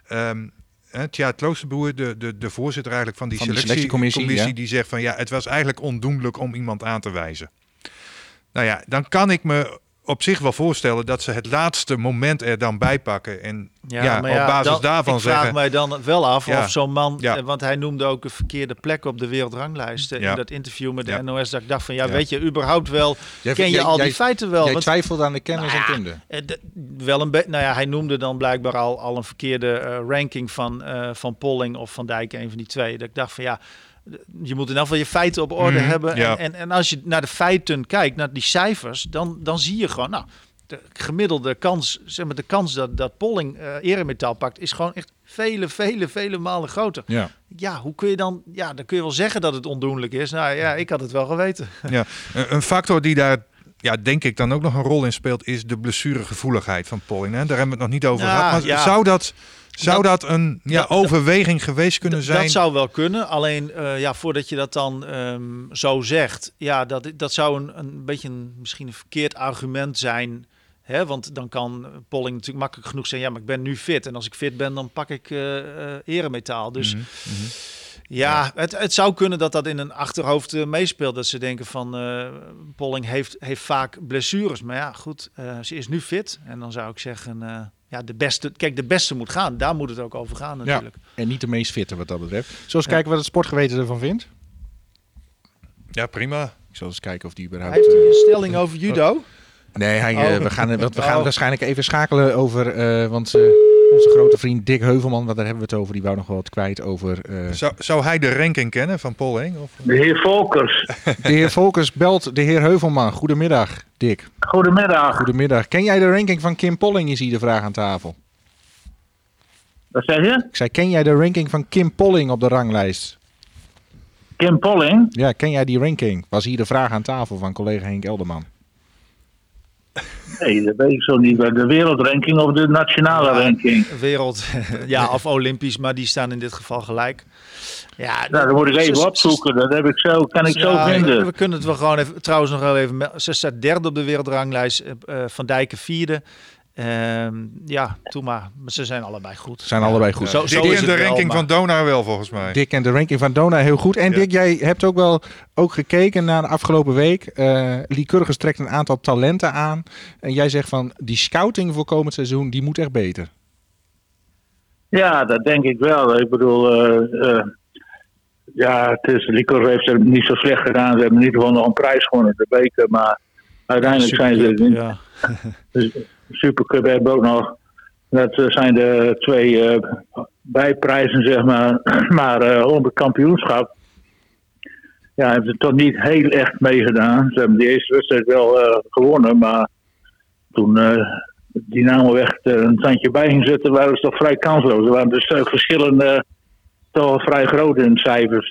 Speaker 4: Tja, Kloosterboer, de voorzitter eigenlijk van die selectiecommissie, die zegt van, ja, het was eigenlijk ondoenlijk om iemand aan te wijzen. Nou ja, dan kan ik me op zich wel voorstellen dat ze het laatste moment er dan bij pakken. En op basis daarvan zeggen... Ik vraag
Speaker 3: mij dan wel af of zo'n man... Want hij noemde ook een verkeerde plek op de wereldranglijst in dat interview met de NOS. Dat ik dacht van, weet je überhaupt wel... Ken je al die feiten wel?
Speaker 2: Jij twijfelt aan de kennis en kunde.
Speaker 3: Wel een beetje... hij noemde dan blijkbaar al een verkeerde ranking van Polling of Van Dijk, een van die twee. Dat ik dacht van, je moet in elk geval je feiten op orde hebben. Ja. En als je naar de feiten kijkt, naar die cijfers, dan zie je gewoon, de gemiddelde kans, zeg maar de kans dat Polling eremetaal pakt, is gewoon echt vele malen groter. Ja, hoe kun je dan... Ja, dan kun je wel zeggen dat het ondoenlijk is. Nou ja, ik had het wel geweten. Ja,
Speaker 4: een factor die daar... Ja, denk ik dan ook nog een rol in speelt, is de blessuregevoeligheid van Polling. Hè? Daar hebben we het nog niet over gehad. Maar zou dat een overweging geweest kunnen zijn?
Speaker 3: Dat zou wel kunnen. Alleen voordat je dat dan zo zegt, dat zou een beetje misschien een verkeerd argument zijn. Hè? Want dan kan Polling natuurlijk makkelijk genoeg zeggen, ja, maar ik ben nu fit. En als ik fit ben, dan pak ik eremetaal. Dus... Ja, het zou kunnen dat in een achterhoofd meespeelt. Dat ze denken van Polling heeft vaak blessures. Maar ja, goed, ze is nu fit. En dan zou ik zeggen, de beste moet gaan. Daar moet het ook over gaan natuurlijk.
Speaker 2: Ja, en niet de meest fitte wat dat betreft. Zullen we eens kijken wat het sportgeweten ervan vindt?
Speaker 4: Ja, prima.
Speaker 2: Ik zal eens kijken of die überhaupt...
Speaker 3: Heeft hij een stelling over judo?
Speaker 2: Nee, we gaan waarschijnlijk even schakelen over... want onze grote vriend Dick Heuvelman, want daar hebben we het over, die wou nog wel wat kwijt over...
Speaker 4: Zou hij de ranking kennen van Polling? Of?
Speaker 7: De heer Volkers.
Speaker 2: De heer Volkers belt de heer Heuvelman. Goedemiddag, Dick.
Speaker 7: Goedemiddag.
Speaker 2: Ken jij de ranking van Kim Polling, is hier de vraag aan tafel.
Speaker 7: Wat zeg je?
Speaker 2: Ik zei, ken jij de ranking van Kim Polling op de ranglijst?
Speaker 7: Kim Polling?
Speaker 2: Ja, ken jij die ranking? Was hier de vraag aan tafel van collega Henk Elderman.
Speaker 7: Nee, dat weet ik zo niet. De wereldranking of de nationale ranking?
Speaker 3: Wereld, of Olympisch, maar die staan in dit geval gelijk. Ja,
Speaker 7: dan moet ik even opzoeken. Dat heb ik kan ik zo vinden.
Speaker 3: We kunnen het wel gewoon even, trouwens nog wel even... Ze staat derde op de wereldranglijst, Van Dijken vierde. Doe maar. Ze zijn allebei goed.
Speaker 2: Zo
Speaker 4: Dick en de ranking van Donar wel, volgens mij.
Speaker 2: Dick en de ranking van Donar heel goed. En Dick, jij hebt ook wel gekeken naar de afgelopen week. Lycurgus trekt een aantal talenten aan. En jij zegt van, die scouting voor komend seizoen, die moet echt beter.
Speaker 7: Ja, dat denk ik wel. Ik bedoel, Lycurgus heeft het niet zo slecht gedaan. Ze hebben in ieder geval nog een prijs gewonnen, de beker. Maar uiteindelijk zijn ze... Dus Supercup hebben we ook nog. Dat zijn de twee bijprijzen, zeg maar. Maar op het kampioenschap hebben ze toch niet heel echt meegedaan. Ze hebben die eerste wedstrijd wel gewonnen. Maar toen Dynamo echt een tandje bij ging zetten, waren ze toch vrij kansloos. Er waren dus verschillen toch vrij groot in cijfers.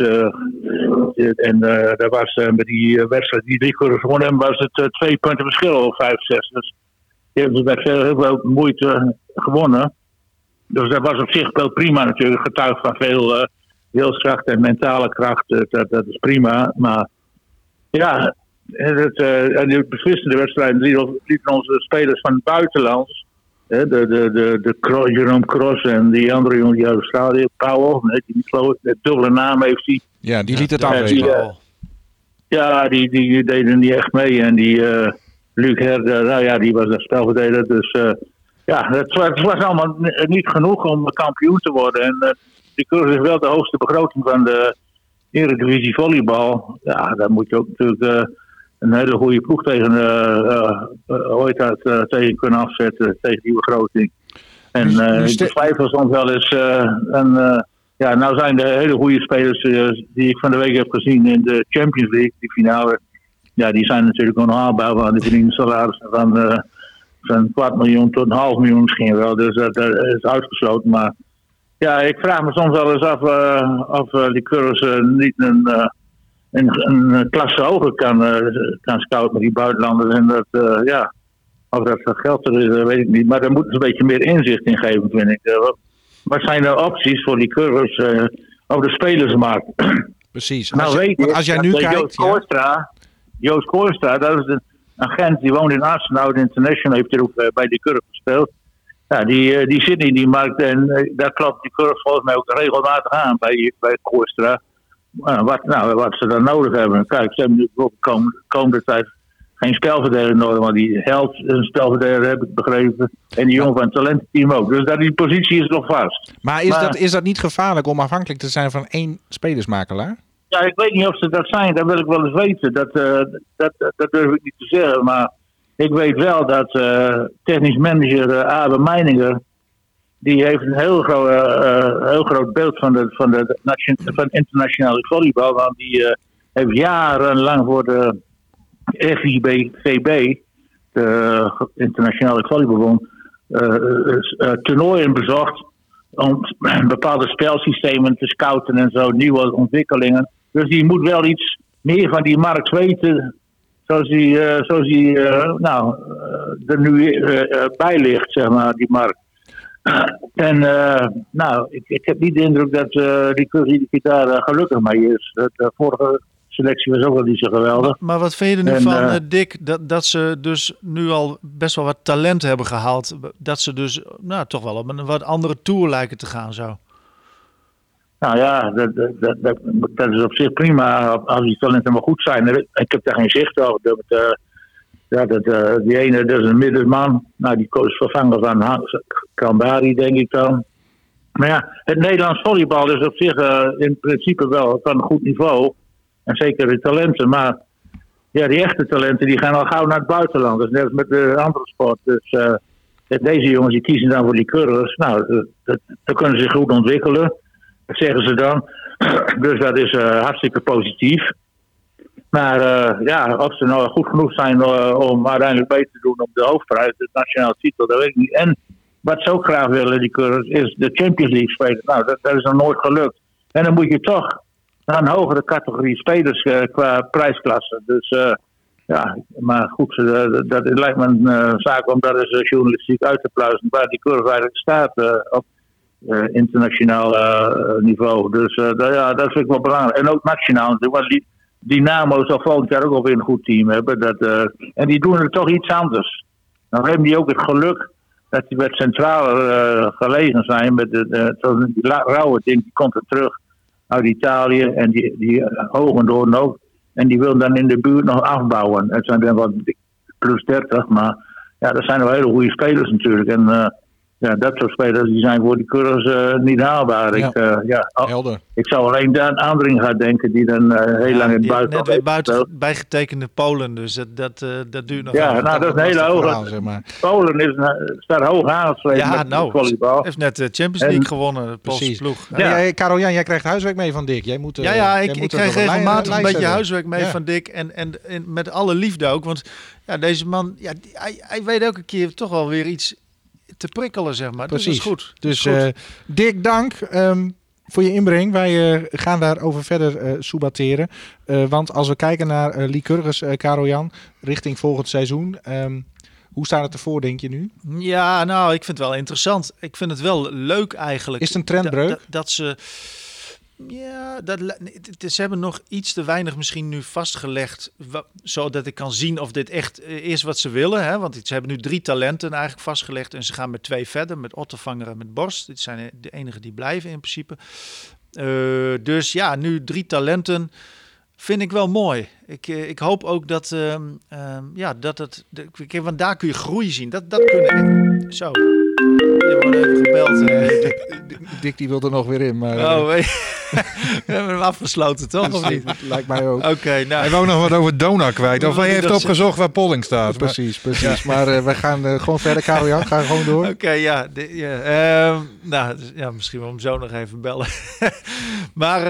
Speaker 7: Daar was bij die wedstrijd die 3 keer gewonnen hebben, was het 2 punten verschil op 5-6. Dus die hebben ze met heel veel moeite gewonnen. Dus dat was op zich wel prima natuurlijk. Getuigd van veel wilskracht en mentale kracht. Dat is prima. Maar ja, de beslissende wedstrijd lieten onze spelers van het buitenland. Jerome Cross en die andere jongen die uit Australië, Powell, die niet geloof ik, met dubbele naam heeft hij.
Speaker 2: Ja, die liet het afweten.
Speaker 7: Die deden niet echt mee. En die Luc Herder, die was een spelverdeler. Dus ja, het was allemaal niet genoeg om kampioen te worden. En Lycurgus is wel de hoogste begroting van de Eredivisie volleybal. Ja, daar moet je ook natuurlijk een hele goede ploeg tegen tegen kunnen afzetten, tegen die begroting. En ik betwijfel soms wel eens. Nou zijn er hele goede spelers die ik van de week heb gezien in de Champions League, die finale. Ja, die zijn natuurlijk onhaalbaar, want die verdienen salarissen van 250.000 tot 500.000 misschien wel. Dus dat is uitgesloten. Maar ja, ik vraag me soms wel eens af of Lycurgus niet een klasse hoger kan scouten met die buitenlanders. En dat, of dat geld er is, weet ik niet. Maar daar moeten ze een beetje meer inzicht in geven, vind ik. Wat zijn de opties voor Lycurgus op de spelersmarkt?
Speaker 2: Precies.
Speaker 7: Als
Speaker 2: jij nu kijkt...
Speaker 7: Joost Kooistra, dat is een agent die woont in Arsenal International, heeft er ook bij Lycurgus gespeeld. Ja, die zit in die markt en daar klopt Lycurgus volgens mij ook regelmatig aan bij Kooistra. Wat ze dan nodig hebben. Kijk, ze hebben nu de komende tijd geen spelverdeler nodig, want die Held een spelverdeler, heb ik begrepen. En die jongen van het talententeam ook. Dus die positie is nog vast.
Speaker 2: Maar is dat niet gevaarlijk om afhankelijk te zijn van één spelersmakelaar?
Speaker 7: Ja, ik weet niet of ze dat zijn. Dat wil ik wel eens weten. Dat durf ik niet te zeggen. Maar ik weet wel dat technisch manager Abe Meininger, die heeft een heel groot beeld van internationale volleybal. Want die heeft jarenlang voor de FIVB, de Internationale Volleybalbond, toernooien bezocht om bepaalde spelsystemen te scouten en zo, nieuwe ontwikkelingen. Dus die moet wel iets meer van die markt weten, zoals hij er nu bij ligt, zeg maar, die markt. En ik heb niet de indruk dat die daar gelukkig mee is. De vorige selectie was ook wel niet zo geweldig.
Speaker 3: Maar wat vind je er nu van, Dick, dat ze dus nu al best wel wat talent hebben gehaald, dat ze dus toch wel op een wat andere tour lijken te gaan zo?
Speaker 7: Nou ja, dat is op zich prima als die talenten maar goed zijn. Ik heb daar geen zicht over. Die ene, dat is een middenman. Nou, die is vervangen van Kambari, denk ik dan. Maar ja, het Nederlands volleybal is op zich in principe wel van een goed niveau. En zeker de talenten. Maar ja, die echte talenten die gaan al gauw naar het buitenland. Dat is net als met de andere sport. Dus deze jongens die kiezen dan voor Lycurgus. Nou, dan kunnen ze zich goed ontwikkelen. Dat zeggen ze dan. Dus dat is hartstikke positief. Maar of ze nou goed genoeg zijn om uiteindelijk mee te doen op de hoofdprijs, de nationale titel, dat weet ik niet. En wat ze ook graag willen, Lycurgus, is de Champions League spelen. Nou, dat is nog nooit gelukt. En dan moet je toch naar een hogere categorie spelers qua prijsklasse. Dus maar goed, dat lijkt me een zaak om dat eens journalistiek uit te pluizen, waar Lycurgus eigenlijk staat op internationaal niveau. Dus dat vind ik wel belangrijk. En ook nationaal natuurlijk, want Dynamo zal volgend jaar ook alweer een goed team hebben. En die doen er toch iets anders. Dan hebben die ook het geluk dat die wat centraler gelegen zijn. Met die Rauwe ding, die komt er terug uit Italië. En die Hogendoorn ook. En die wil dan in de buurt nog afbouwen. Het zijn dan wat plus 30, maar ja, dat zijn wel hele goede spelers natuurlijk. En dat soort spelers die zijn voor die Lycurgus niet haalbaar.
Speaker 2: Helder.
Speaker 7: Ik zou alleen aan Andring gaan denken, die dan heel lang in het buitenland
Speaker 3: net weer bijgetekende Polen, dus dat duurt nog.
Speaker 7: Ja, dat is een hele hoge.
Speaker 2: Zeg maar.
Speaker 7: Polen staat hoog aangeschreven met volleybal.
Speaker 3: Heeft net de Champions League gewonnen, de Poolse ploeg.
Speaker 2: Karel-Jan, jij krijgt huiswerk mee van Dick. Jij
Speaker 3: ik krijg regelmatig een beetje huiswerk mee van Dick. En met alle liefde ook, want deze man, hij weet elke keer toch wel weer iets te prikkelen, zeg maar.
Speaker 2: Precies.
Speaker 3: Dus dat is goed.
Speaker 2: Dus Dick, dank voor je inbreng. Wij gaan daarover verder soebatteren. Want als we kijken naar Lycurgus, Karel-Jan, richting volgend seizoen. Hoe staat het ervoor, denk je nu?
Speaker 3: Ja, nou, ik vind het wel interessant. Ik vind het wel leuk eigenlijk.
Speaker 2: Is het een trendbreuk?
Speaker 3: Dat ze... Ja, ze hebben nog iets te weinig misschien nu vastgelegd, zodat ik kan zien of dit echt is wat ze willen. Hè? Want ze hebben nu 3 talenten eigenlijk vastgelegd en ze gaan met 2 verder, met Ottervanger en met Borst. Dit zijn de enigen die blijven in principe. Dus ja, nu 3 talenten vind ik wel mooi. Ik hoop ook dat het... want daar kun je groei zien. Dat kunnen... Zo... Je wordt even gebeld.
Speaker 2: Dick die wil er nog weer in, maar...
Speaker 3: We hebben hem afgesloten, toch? Of niet?
Speaker 2: Lijkt mij ook.
Speaker 3: Oké, nou...
Speaker 4: Hij wou nog wat over Donar kwijt. Of hij heeft opgezocht waar Polling staat.
Speaker 2: Precies. Ja. Maar we gaan gewoon verder, Karel-Jan. Ga gewoon door.
Speaker 3: Oké, misschien wel hem zo nog even bellen. Maar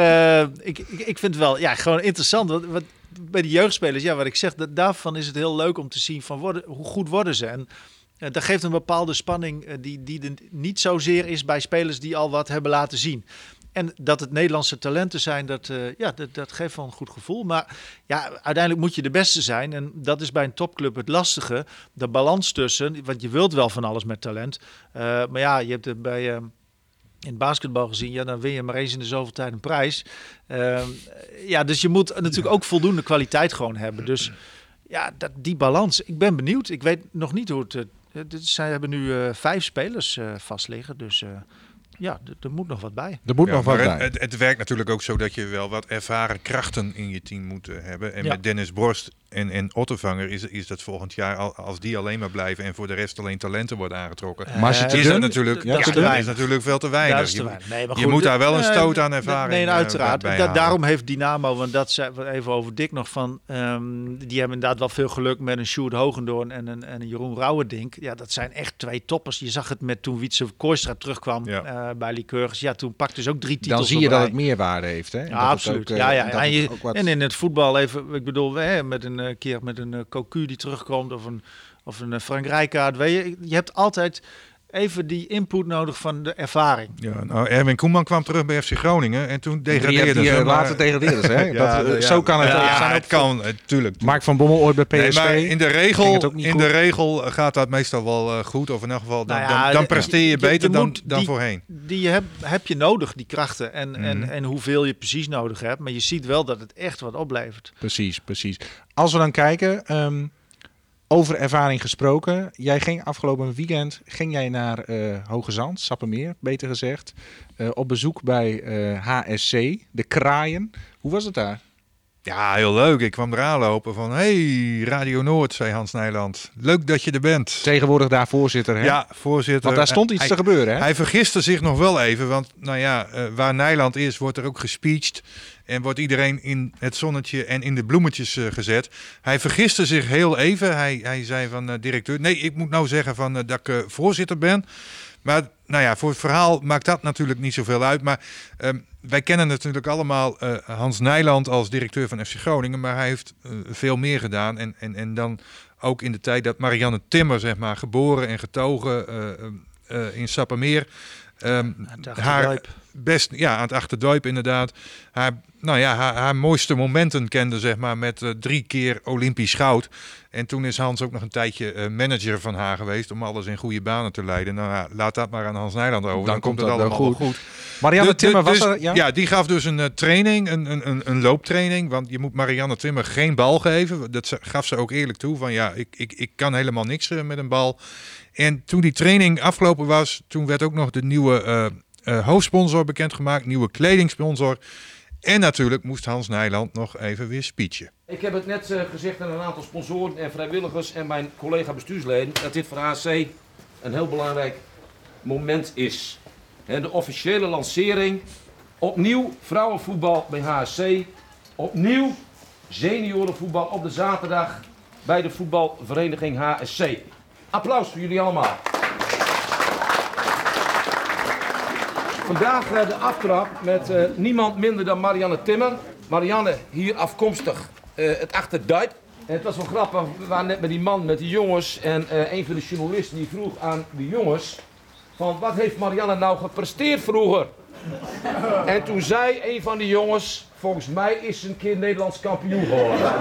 Speaker 3: ik vind het wel gewoon interessant. Wat bij de jeugdspelers, wat ik zeg, daarvan is het heel leuk om te zien van hoe goed worden ze. En dat geeft een bepaalde spanning die er niet zozeer is bij spelers die al wat hebben laten zien. En dat het Nederlandse talenten zijn, dat geeft wel een goed gevoel. Maar uiteindelijk moet je de beste zijn. En dat is bij een topclub het lastige. De balans tussen, want je wilt wel van alles met talent. Maar je hebt het bij... in het basketbal gezien, dan win je maar eens in de zoveel tijd een prijs. Dus je moet natuurlijk ook voldoende kwaliteit gewoon hebben. Dus die balans, ik ben benieuwd. Ik weet nog niet hoe het... Zij hebben nu 5 spelers vast liggen, dus... er moet nog wat bij.
Speaker 4: Het werkt natuurlijk ook zo dat je wel wat ervaren krachten in je team moet hebben. En met Dennis Borst en Ottervanger is dat volgend jaar, als die alleen maar blijven en voor de rest alleen talenten worden aangetrokken.
Speaker 2: Maar
Speaker 4: is dat natuurlijk veel te weinig. Je moet daar wel een stoot aan ervaring
Speaker 3: Nee, uiteraard.
Speaker 4: bij halen.
Speaker 3: Daarom heeft Dynamo, want dat zei even over Dick nog van, die hebben inderdaad wel veel geluk met een Sjoerd Hogendoorn en een Jeroen Rauwerdink. Ja, dat zijn echt 2 toppers. Je zag het met toen Wietse Kooistra terugkwam bij Lycurgus. Ja, toen pakte ze ook 3 titels.
Speaker 2: Dan zie je dat het meerwaarde heeft, hè?
Speaker 3: Ja, absoluut. En in het voetbal even, ik bedoel, met een keer met een Cocu die terugkomt of een Frank Rijkaard. Je hebt altijd even die input nodig van de ervaring.
Speaker 4: Ja, nou, Erwin Koeman kwam terug bij FC Groningen en toen degradeerde ze.
Speaker 2: Later degradeerde ze, hè? Zo kan het.
Speaker 4: Het kan, natuurlijk.
Speaker 2: Mark van Bommel ooit bij PSV.
Speaker 4: Nee, maar in de regel gaat dat meestal wel goed. Of in elk geval, dan presteer je beter dan voorheen.
Speaker 3: Die heb je nodig, die krachten. En hoeveel je precies nodig hebt. Maar je ziet wel dat het echt wat oplevert.
Speaker 2: Precies. Als we dan kijken... over ervaring gesproken. Jij ging afgelopen weekend naar Hoge Zand, Sappemeer, beter gezegd. Op bezoek bij HSC, de Kraaien. Hoe was het daar?
Speaker 4: Ja, heel leuk. Ik kwam eraan lopen van... Hey, Radio Noord, zei Hans Nijland. Leuk dat je er bent.
Speaker 2: Tegenwoordig daar voorzitter, hè?
Speaker 4: Ja, voorzitter.
Speaker 2: Want daar stond iets te gebeuren, hè?
Speaker 4: Hij vergiste zich nog wel even. Want waar Nijland is, wordt er ook gespeecht. En wordt iedereen in het zonnetje en in de bloemetjes gezet. Hij vergiste zich heel even. Hij zei van directeur... Nee, ik moet nou zeggen van, dat ik voorzitter ben. Maar voor het verhaal maakt dat natuurlijk niet zoveel uit. Maar wij kennen natuurlijk allemaal Hans Nijland als directeur van FC Groningen. Maar hij heeft veel meer gedaan. En dan ook in de tijd dat Marianne Timmer, zeg maar, geboren en getogen in Sappemeer... haar best, aan het Achterdorp inderdaad. Haar mooiste momenten kende, zeg maar, met 3 keer Olympisch goud. En toen is Hans ook nog een tijdje manager van haar geweest om alles in goede banen te leiden. Laat dat maar aan Hans Nijland over. Dan komt het allemaal wel goed.
Speaker 2: Marianne Timmer was er, ja?
Speaker 4: Ja, die gaf dus een training, een looptraining. Want je moet Marianne Timmer geen bal geven. Dat gaf ze ook eerlijk toe. Van ik kan helemaal niks met een bal. En toen die training afgelopen was, toen werd ook nog de nieuwe hoofdsponsor bekendgemaakt. Nieuwe kledingsponsor. En natuurlijk moest Hans Nijland nog even weer speechen.
Speaker 8: Ik heb het net gezegd aan een aantal sponsoren en vrijwilligers en mijn collega bestuursleden... dat dit voor HSC een heel belangrijk moment is. De officiële lancering. Opnieuw vrouwenvoetbal bij HSC. Opnieuw seniorenvoetbal op de zaterdag bij de voetbalvereniging HSC. Applaus voor jullie allemaal. Vandaag de aftrap met niemand minder dan Marianne Timmer. Marianne hier afkomstig het Achterdorp. En het was wel grappig, we waren net met die man, met die jongens. En een van de journalisten die vroeg aan de jongens... van wat heeft Marianne nou gepresteerd vroeger? En toen zei een van die jongens... volgens mij is ze een keer Nederlands kampioen geworden.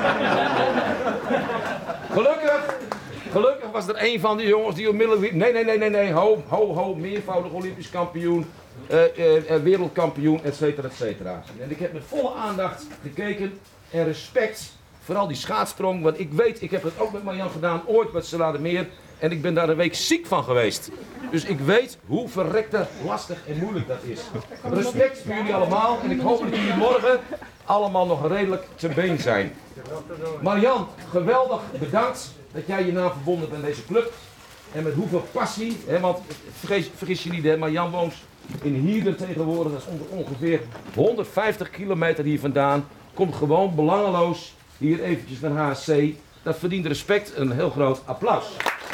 Speaker 8: Gelukkig was er een van die jongens die onmiddellijk... Nee, ho, meervoudig Olympisch kampioen, wereldkampioen, et cetera. En ik heb met volle aandacht gekeken en respect, vooral die schaatssprong, want ik weet, ik heb het ook met Marianne gedaan, ooit met Saladermeer, en ik ben daar een week ziek van geweest. Dus ik weet hoe verrekte lastig en moeilijk dat is. Respect voor jullie allemaal en ik hoop dat jullie morgen allemaal nog redelijk te been zijn. Marianne, geweldig bedankt dat jij je naam verbonden bent aan deze club. En met hoeveel passie, hè, want vergis je niet, hè, maar Jan woont in Hierden tegenwoordig, dat is ongeveer 150 kilometer hier vandaan. Komt gewoon belangeloos hier eventjes naar HSC. Dat verdient respect, een heel groot applaus.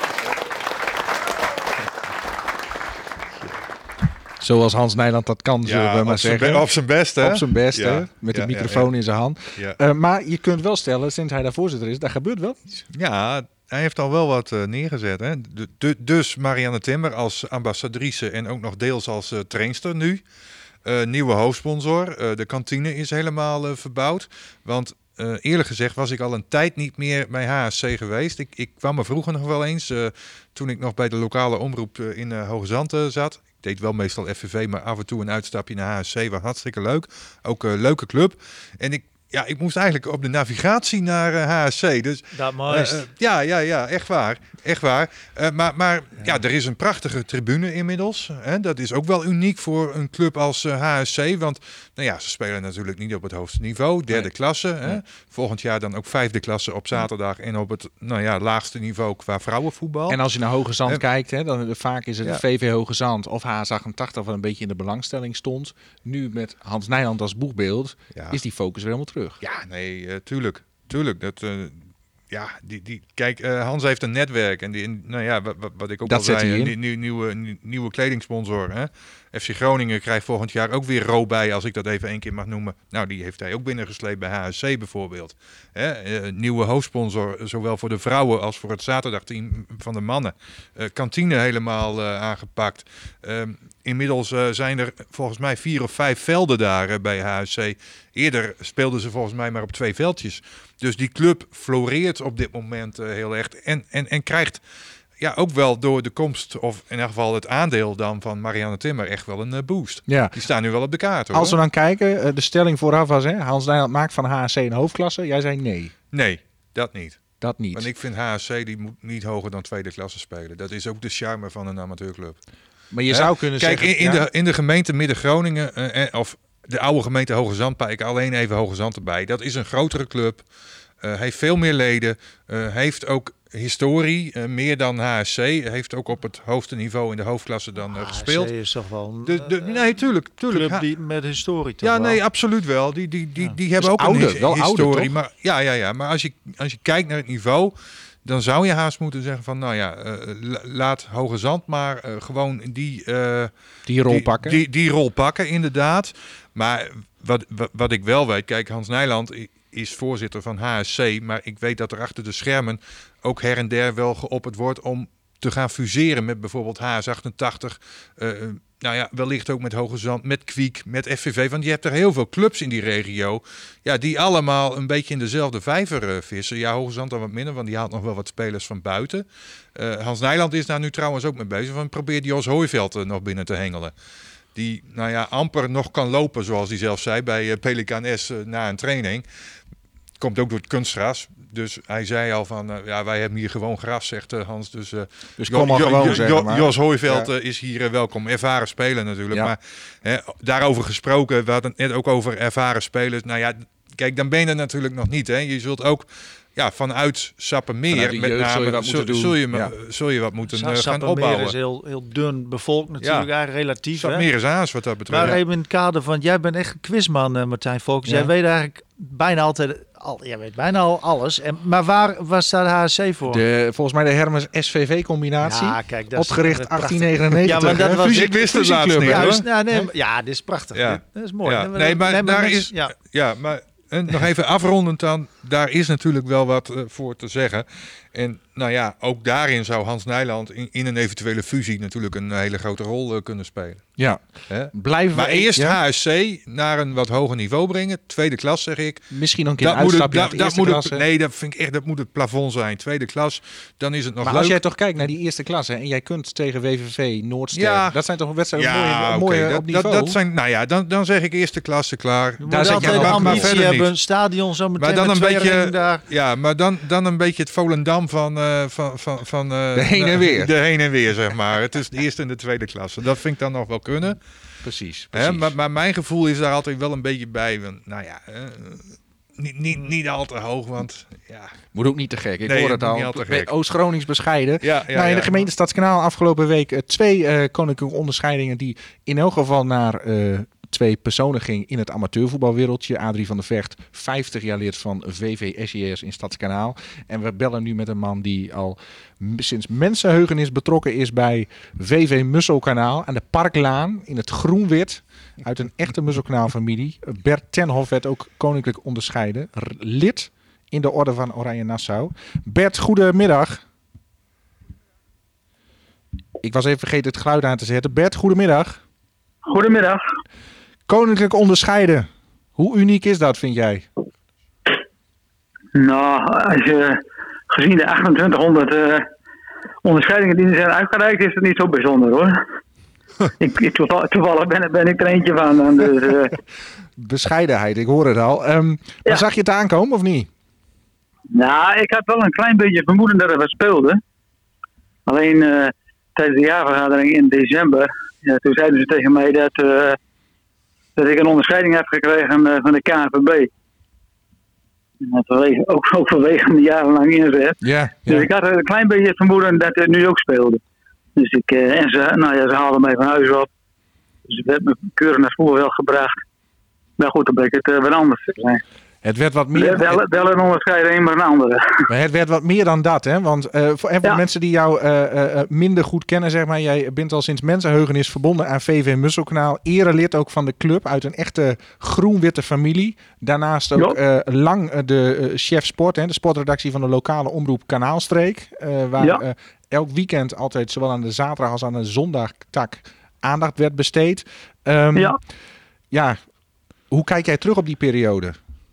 Speaker 2: Zoals Hans Nijland dat kan, zullen we maar zeggen.
Speaker 4: Op zijn best, hè?
Speaker 2: Op zijn best,
Speaker 4: Ja.
Speaker 2: hè? Met de microfoon in zijn hand.
Speaker 4: Ja.
Speaker 2: Maar je kunt wel stellen, sinds hij daar voorzitter is, daar gebeurt wel iets.
Speaker 4: Ja, hij heeft al wel wat neergezet. Hè? Dus Marianne Timmer als ambassadrice en ook nog deels als trainster nu. Nieuwe hoofdsponsor. De kantine is helemaal verbouwd. Want eerlijk gezegd was ik al een tijd niet meer bij HSC geweest. Ik kwam er vroeger nog wel eens, toen ik nog bij de lokale omroep in Hoge Zand zat. Ik deed wel meestal FVV, maar af en toe een uitstapje naar HSC was hartstikke leuk. Ook een leuke club. En ik moest eigenlijk op de navigatie naar HSC. Dus,
Speaker 3: dat mooist.
Speaker 4: Ja, echt waar. Echt waar. Maar er is een prachtige tribune inmiddels. Hè? Dat is ook wel uniek voor een club als HSC. Want ze spelen natuurlijk niet op het hoogste niveau. Derde klasse. Hè? Nee. Volgend jaar dan ook 5e klasse op zaterdag. En op het laagste niveau qua vrouwenvoetbal.
Speaker 2: En als je naar Hoge Zand kijkt, hè, dan vaak is het VV Hoge Zand of HS88 wat een beetje in de belangstelling stond. Nu met Hans Nijland als boegbeeld is die focus weer helemaal terug.
Speaker 4: Ja, nee, tuurlijk. Dat... Kijk, Hans heeft een netwerk en wat ik ook al zei, nieuwe kledingsponsor. Hè? FC Groningen krijgt volgend jaar ook weer Robij, als ik dat even 1 keer mag noemen. Nou, die heeft hij ook binnengesleept bij HSC bijvoorbeeld. Nieuwe hoofdsponsor, zowel voor de vrouwen als voor het zaterdagteam van de mannen. Kantine helemaal aangepakt. Inmiddels zijn er volgens mij 4 of 5 velden daar bij HSC. Eerder speelden ze volgens mij maar op 2 veldjes. Dus die club floreert op dit moment heel erg. En krijgt ook wel door de komst, of in ieder geval het aandeel dan van Marianne Timmer, echt wel een boost. Ja. Die staan nu wel op de kaart, hoor.
Speaker 2: Als we dan kijken, de stelling vooraf was, hè, Hans Nijland maakt van HSC een hoofdklasse. Jij zei nee.
Speaker 4: Nee, dat niet.
Speaker 2: Dat niet.
Speaker 4: Want ik vind HSC, die moet niet hoger dan 2e klasse spelen. Dat is ook de charme van een amateurclub.
Speaker 2: Maar je zou kunnen zeggen...
Speaker 4: Kijk, in de gemeente Midden-Groningen, of de oude gemeente Hoge Zand, pak ik alleen even Hoge Zand erbij. Dat is een grotere club, heeft veel meer leden, heeft ook historie, meer dan HSC. Heeft ook op het hoogste niveau in de hoofdklasse dan gespeeld.
Speaker 3: HSC is toch wel
Speaker 4: nee, tuurlijk.
Speaker 3: Club die met historie toch
Speaker 4: wel.
Speaker 3: Nee,
Speaker 4: absoluut wel. Die hebben ook een historie.
Speaker 2: Ouder,
Speaker 4: maar, maar als je kijkt naar het niveau, dan zou je haast moeten zeggen van, laat Hoge Zand maar gewoon die
Speaker 2: rol pakken.
Speaker 4: Die rol pakken, inderdaad. Maar wat ik wel weet, kijk, Hans Nijland is voorzitter van HSC, maar ik weet dat er achter de schermen ook her en der wel geopperd wordt om te gaan fuseren met bijvoorbeeld HS88. Wellicht ook met Hoge Zand, met Kwiek, met FVV. Want je hebt er heel veel clubs in die regio, die allemaal een beetje in dezelfde vijver vissen. Ja, Hoge Zand dan wat minder, want die haalt nog wel wat spelers van buiten. Hans Nijland is daar nu trouwens ook mee bezig, want probeert Jos Hooiveld nog binnen te hengelen. Die amper nog kan lopen, zoals hij zelf zei, bij Pelican S na een training. Komt ook door het kunstgras. Dus hij zei al van, wij hebben hier gewoon gras, zegt Hans. Dus
Speaker 2: kom maar gewoon, zeg maar.
Speaker 4: Jos Hooiveld is hier welkom. Ervaren speler natuurlijk. Ja. Maar daarover gesproken, we hadden het net ook over ervaren spelers. Kijk, dan ben je er natuurlijk nog niet. Hè. Je zult ook vanuit Sappemeer met name zul je wat moeten gaan opbouwen.
Speaker 3: Is heel dun bevolkt natuurlijk, eigenlijk relatief.
Speaker 4: Sappemeer is aans wat dat betreft.
Speaker 3: Maar even in het kader van, jij bent echt een quizman, Martijn Volkers. Jij weet eigenlijk bijna altijd... Jij weet bijna al alles. Maar waar staat de HSC voor?
Speaker 2: Volgens mij de Hermes SVV-combinatie.
Speaker 3: Ja, kijk, dat
Speaker 2: opgericht 1899.
Speaker 3: Ja, maar dat was
Speaker 4: ik wist het laatst niet.
Speaker 3: Ja, dit is prachtig.
Speaker 4: Ja.
Speaker 3: Dat is mooi.
Speaker 4: Ja. Maar daar is... Ja, maar nog even afrondend dan. Daar is natuurlijk wel wat voor te zeggen. En ook daarin zou Hans Nijland in een eventuele fusie natuurlijk een hele grote rol kunnen spelen.
Speaker 2: Ja.
Speaker 4: Maar eerst HSC naar een wat hoger niveau brengen. 2e klas, zeg ik.
Speaker 2: Misschien nog een keer een uitstapje naar de eerste klasse.
Speaker 4: Nee, dat vind ik echt, dat moet het plafond zijn. 2e klas, dan is het nog
Speaker 2: maar
Speaker 4: leuk.
Speaker 2: Als jij toch kijkt naar die eerste klasse en jij kunt tegen WVV, Noordster, dat zijn toch wedstrijden mooi op niveau?
Speaker 4: Dat zijn, dan zeg ik eerste klasse klaar.
Speaker 3: Daar zit je ambitie hebben, een stadion zo meteen
Speaker 4: maar dan
Speaker 3: met
Speaker 4: een beetje,
Speaker 3: daar.
Speaker 4: Ja, maar dan een beetje het Volendam van
Speaker 2: de heen en weer.
Speaker 4: De heen en weer, zeg maar. Het is de eerste en de 2e klasse. Dat vind ik dan nog wel kunnen.
Speaker 2: Precies.
Speaker 4: Maar mijn gevoel is daar altijd wel een beetje bij. Want, niet al te hoog, want ja...
Speaker 2: Moet ook niet te gek. Ik
Speaker 4: Nee,
Speaker 2: hoor het
Speaker 4: moet
Speaker 2: al.
Speaker 4: niet al te gek.
Speaker 2: Oost-Gronings bescheiden.
Speaker 4: Ja,
Speaker 2: In de gemeente Stadskanaal afgelopen week 2 koninklijke onderscheidingen die in elk geval naar 2 personen ging in het amateurvoetbalwereldje. Adrie van der Vecht, 50 jaar lid van VV SJS in Stadskanaal. En we bellen nu met een man die al sinds mensenheugenis betrokken is bij VV Musselkanaal aan de Parklaan in het groen-wit. Uit een echte Musselkanaal-familie. Bert Tenhoff werd ook koninklijk onderscheiden. Lid in de orde van Oranje Nassau. Bert, goedemiddag. Ik was even vergeten het geluid aan te zetten. Bert, goedemiddag.
Speaker 9: Goedemiddag.
Speaker 2: Koninklijk onderscheiden. Hoe uniek is dat, vind jij?
Speaker 9: Nou, als je gezien de 2800 onderscheidingen die er zijn uitgereikt, is het niet zo bijzonder hoor. Toevallig ben ik er eentje van. Dus,
Speaker 2: Bescheidenheid, ik hoor het al. Maar zag je het aankomen of niet?
Speaker 9: Nou, ik had wel een klein beetje vermoeden dat er wat speelde. Alleen tijdens de jaarvergadering in december, toen zeiden ze tegen mij dat ik een onderscheiding heb gekregen van de KNVB. Ook vanwege mijn jarenlang inzet.
Speaker 2: Ja.
Speaker 9: Dus ik had een klein beetje het vermoeden dat het nu ook speelde. Dus ze haalden mij van huis op. Dus ik werd me keurig naar Spoorweg gebracht. Maar goed, dan bleek het wat anders te zijn.
Speaker 2: Het werd wat meer...
Speaker 9: Wel een onderscheiding, maar een andere.
Speaker 2: Maar het werd wat meer dan dat, hè? Want voor mensen die jou minder goed kennen, zeg maar. Jij bent al sinds mensenheugenis verbonden aan VV Musselkanaal. Erelid ook van de club uit een echte groen-witte familie. Daarnaast ook lang de chef sport, hè, de sportredactie van de lokale omroep Kanaalstreek. Waar elk weekend altijd, zowel aan de zaterdag als aan de zondagtak, aandacht werd besteed. Ja, hoe kijk jij terug op die periode?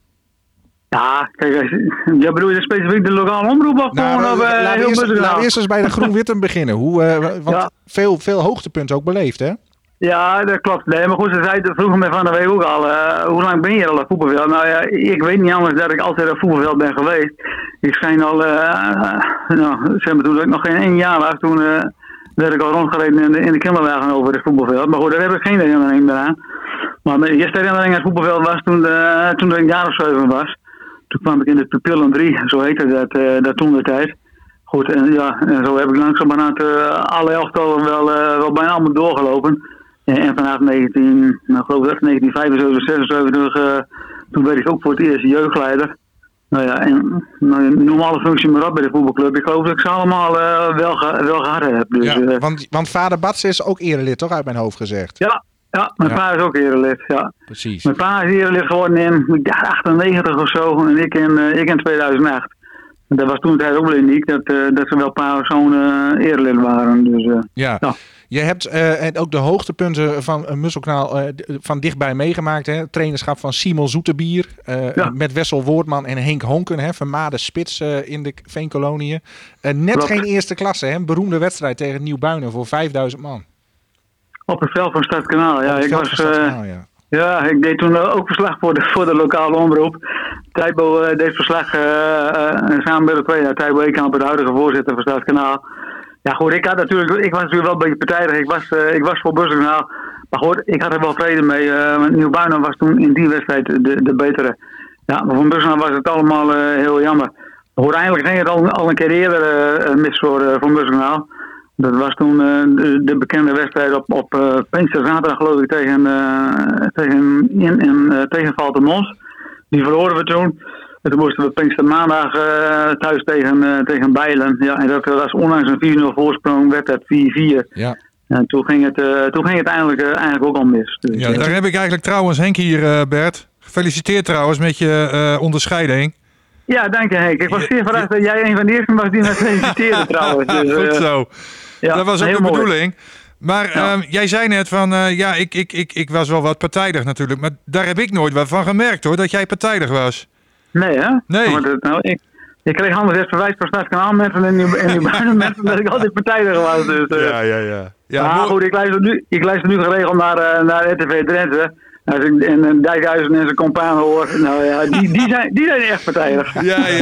Speaker 9: Ja, kijk, jij bedoelt specifiek de lokale omroep of
Speaker 2: laten we eerst eens bij de Groen-Witten beginnen. Want veel hoogtepunten ook beleefd, hè?
Speaker 9: Ja, dat klopt. Nee, maar goed, ze vroegen mij van de week ook al, hoe lang ben je al op voetbalveld? Nou ja, ik weet niet anders dat ik altijd op voetbalveld ben geweest. Ik schijn al, zeg maar, toen ik nog geen 1 jaar was, toen werd ik al rondgereden in de kinderwagen over het voetbalveld. Maar goed, daar heb ik geen herinnering meer aan. Maar mijn eerste herinnering aan het voetbalveld was toen ik een jaar of 7 was. Toen kwam ik in de Pupillen 3, zo heette dat toen de tijd. Goed, en zo heb ik langzamerhand alle elftallen wel bijna allemaal doorgelopen. En vanaf 1975, 76, toen werd ik ook voor het eerst jeugdleider. Nou ja, en noem alle functies maar op bij de voetbalclub. Ik geloof dat ik ze allemaal wel gehad heb. Dus,
Speaker 2: ja, want vader Bats is ook erelid, toch? Uit mijn hoofd gezegd.
Speaker 9: Ja, mijn pa is ook erelid, ja.
Speaker 2: Precies.
Speaker 9: Mijn pa is erelid geworden in 98 of zo en ik in 2008. En dat was toen tijd ook wel uniek, dat ze wel pa of zo'n erelid waren. Dus,
Speaker 2: ja. Je hebt ook de hoogtepunten van Musselkanaal van dichtbij meegemaakt. Hè? Trainerschap van Simon Zoetebier met Wessel Woordman en Henk Honken. Hè? Vermaarde spits in de Veenkoloniën. Net geen eerste klasse. Hè? Een beroemde wedstrijd tegen Nieuw-Buinen voor 5000 man.
Speaker 9: Op het veld van Stadskanaal. Ja, ik deed toen ook verslag voor de lokale omroep. Thijbo deed verslag samen met de tweede. Thijbo Ekamp, de huidige voorzitter van Stadskanaal. Ja goed, ik was natuurlijk wel een beetje partijdig. Ik was voor Musselkanaal. Maar goed, ik had er wel vrede mee. Nieuw-Buinen was toen in die wedstrijd de betere. Ja, maar voor Musselkanaal was het allemaal heel jammer. Maar uiteindelijk ging het al een keer eerder mis voor Musselkanaal. Dat was toen de bekende wedstrijd op Pinksterzaterdag geloof ik tegen Valtemons. Die verloren we toen. En toen moesten we Pinkstermaandag thuis tegen Bijlen. Ja, en dat was ondanks een 4-0 voorsprong werd dat 4-4.
Speaker 2: Ja.
Speaker 9: En toen ging het eigenlijk ook al mis. Dus,
Speaker 4: ja, daar heb ik eigenlijk trouwens Henk hier, Bert. Gefeliciteerd trouwens met je onderscheiding.
Speaker 9: Ja, dank je Henk. Ik was zeer verrast dat jij een van de eersten was die me feliciteerde trouwens. Dus,
Speaker 4: goed zo. Ja, dat was ook de bedoeling. Maar jij zei net van, ik was wel wat partijdig natuurlijk. Maar daar heb ik nooit wat van gemerkt hoor, dat jij partijdig was.
Speaker 9: Nee hè?
Speaker 4: Nee.
Speaker 9: Ik kreeg anders het verwijt van Stadskanaal mensen en Nieuw-Buinen mensen dat ik altijd partijdig was. Dus,
Speaker 4: ja,
Speaker 9: maar goed, ik luister nu geregeld naar RTV Drenthe. En Dijkhuizen en zijn compaan hoor. Nou ja, die zijn echt partijdig.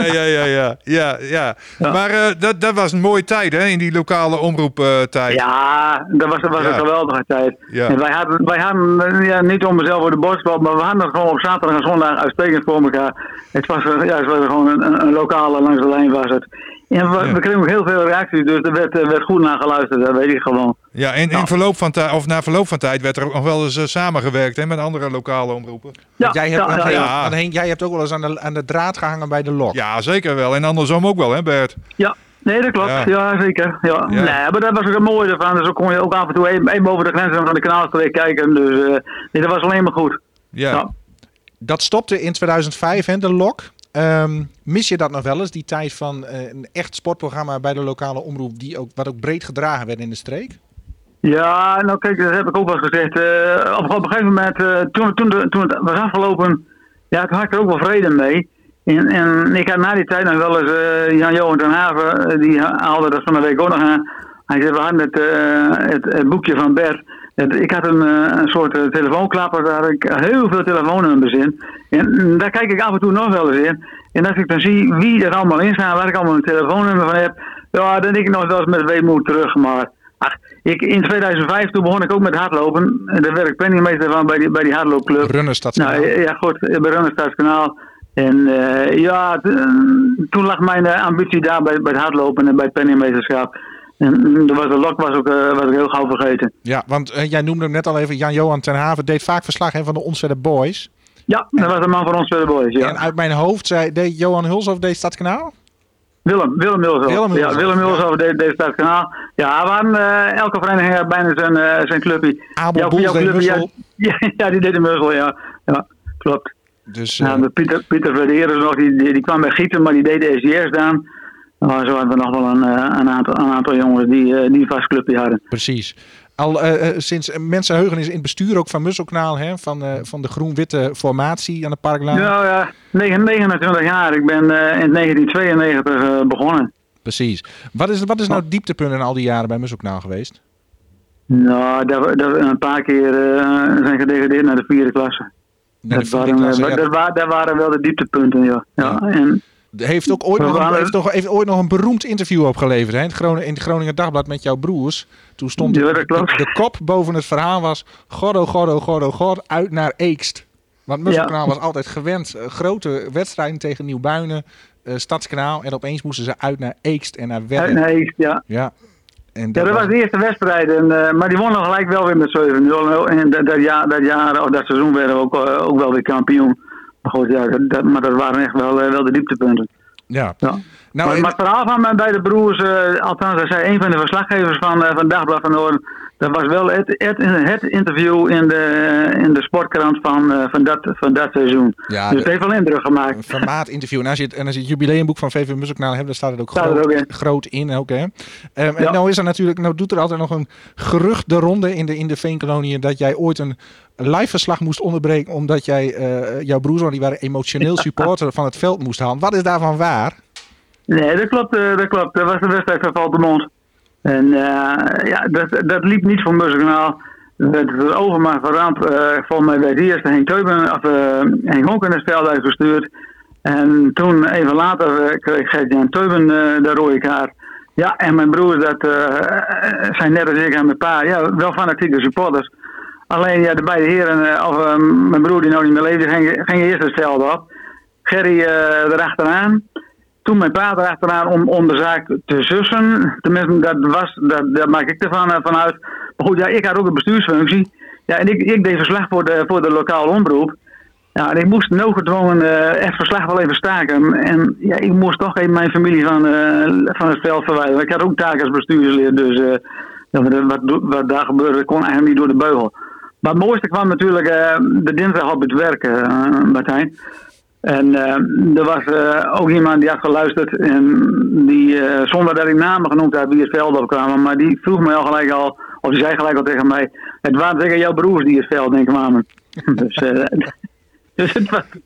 Speaker 4: Ja. Maar dat was een mooie tijd, hè? In die lokale omroeptijd.
Speaker 9: Ja, dat was een geweldige tijd. Ja. En wij hadden niet om mezelf voor de borstklap, maar we hadden gewoon op zaterdag en zondag uitstekend voor elkaar. Het was gewoon een lokale langs de lijn was het. En we kregen ook heel veel reacties, dus er werd goed naar geluisterd, dat weet ik gewoon. Ja,
Speaker 4: en na verloop van tijd werd er ook nog wel eens samengewerkt, hè, met andere lokale omroepen.
Speaker 2: Ja, jij hebt ook wel eens aan de draad gehangen bij de LOK.
Speaker 4: Ja, zeker wel. En andersom ook wel, hè Bert?
Speaker 9: Ja. Nee, dat klopt. Ja, zeker. Ja. Nee, maar dat was ook het mooie ervan. Dus dan kon je ook af en toe even boven de grenzen van de kanaalstreek kijken. Dus dat was alleen maar goed.
Speaker 2: Ja. Dat stopte in 2005, hè, de LOK. Mis je dat nog wel eens, die tijd van een echt sportprogramma bij de lokale omroep, wat ook breed gedragen werd in de streek?
Speaker 9: Ja, nou kijk, dat heb ik ook wel eens gezegd. Op een gegeven moment, toen het was afgelopen, toen had ik er ook wel vrede mee. En ik had na die tijd nog wel eens Jan-Johan ten Haven, die haalde dat van de week ook nog aan. Hij zei, we hadden het boekje van Bert. Ik had een soort telefoonklapper, daar had ik heel veel telefoonnummers in. En daar kijk ik af en toe nog wel eens in. En als ik dan zie wie er allemaal in staan, waar ik allemaal een telefoonnummer van heb, dan denk ik nog wel eens met weemoed terug. Maar in 2005, toen begon ik ook met hardlopen. Daar werd ik penningmeester van bij die hardloopclub.
Speaker 2: Runnenstadskanaal.
Speaker 9: Nou, ja goed, bij Runnenstadskanaal. En toen lag mijn ambitie daar bij het hardlopen en bij het penningmeesterschap. En de LOK was ook heel gauw vergeten.
Speaker 2: Ja, want jij noemde hem net al even, Jan-Johan ten Haven deed vaak verslag van de Onstwedde Boys.
Speaker 9: Ja, dat was de man van Onstwedde Boys, ja.
Speaker 2: En uit mijn hoofd deed Johan Hulshoff deed Stadskanaal?
Speaker 9: Willem Hulshoff. Willem Hulshoff deed Stadskanaal. Ja, we hadden elke vereniging had bijna zijn clubje.
Speaker 2: Abel Boels deed Mussel.
Speaker 9: Ja, die deed de Mussel, ja. Ja, klopt.
Speaker 2: Dus,
Speaker 9: Pieter Verderes nog, die kwam bij Gieten, maar die deed de SJS dan. Maar zo hadden we nog wel een aantal jongens die een vast clubje hadden.
Speaker 2: Precies. Al sinds mensenheugenis in het bestuur ook van Musselkanaal, hè? Van de groen-witte formatie aan de Parklaan.
Speaker 9: Ja, 29 jaar. Ik ben in 1992 begonnen.
Speaker 2: Precies. Wat is nou het dieptepunt in al die jaren bij Musselkanaal geweest?
Speaker 9: Nou, dat we een paar keer zijn gedegradeerd naar de 4e klasse. Dat waren wel de dieptepunten, ja. En
Speaker 2: heeft ooit nog een beroemd interview opgeleverd, hè? In het Groninger Dagblad met jouw broers. Toen stond de kop boven het verhaal was God, uit naar Eekst. Want Musselkanaal was altijd gewend. Grote wedstrijden tegen Nieuwbuinen, Stadskanaal. En opeens moesten ze uit naar Eekst en naar Wedden.
Speaker 9: Uit naar Eekst, ja. Dat was de eerste wedstrijd. Maar die wonnen gelijk wel weer met 7-0. En dat seizoen werden we ook wel weer kampioen. Maar goed, maar dat waren echt wel de dieptepunten.
Speaker 2: Ja.
Speaker 9: Nou, maar het verhaal van mij bij de broers, althans, dat zei een van de verslaggevers van Dagblad van Noorden. Dat was wel het interview in de sportkrant van dat seizoen. Ja, dus het heeft wel indruk gemaakt.
Speaker 2: Een formaatinterview. En als je het jubileumboek van VV Musselkanaal hebt, dan staat het ook groot in. Ook, hè? En nou is er natuurlijk, nou doet er altijd nog een gerucht de ronde in de Veenkoloniën dat jij ooit een live verslag moest onderbreken omdat jij jouw broers, want die waren emotioneel supporter van het veld moest halen. Wat is daarvan waar?
Speaker 9: Nee, dat klopt. Dat was de wedstrijd van Valtemont. En dat liep niet voor Musselkanaal. Het Overmaat van Ramp, volgens mij werd eerst Henk Honk in het veld uitgestuurd. En toen, even later, kreeg Gert-Jan Teuben de rode kaart. Ja, en mijn broers, dat zijn net als ik en mijn pa, wel fanatieke supporters. Alleen, de beide heren, mijn broer die nou niet meer leefde, ging eerst het veld op. Gerry erachteraan. Toen mijn pa erachteraan om de zaak te sussen. Tenminste, dat maak ik ervan uit. Maar goed, ik had ook een bestuursfunctie. Ja, en ik deed verslag voor de lokale omroep. Ja, en ik moest noodgedwongen het verslag wel even staken. En ik moest toch even mijn familie van het veld verwijderen. Ik had ook taak als bestuurslid, dus wat daar gebeurde kon eigenlijk niet door de beugel. Maar het mooiste kwam natuurlijk de dinsdag op het werk, Martijn. En er was ook iemand die had geluisterd en die, zonder dat ik namen genoemd heb wie het veld opkwamen, maar die vroeg mij of die zei gelijk al tegen mij, het waren zeker jouw broers die het veld kwamen. Dus het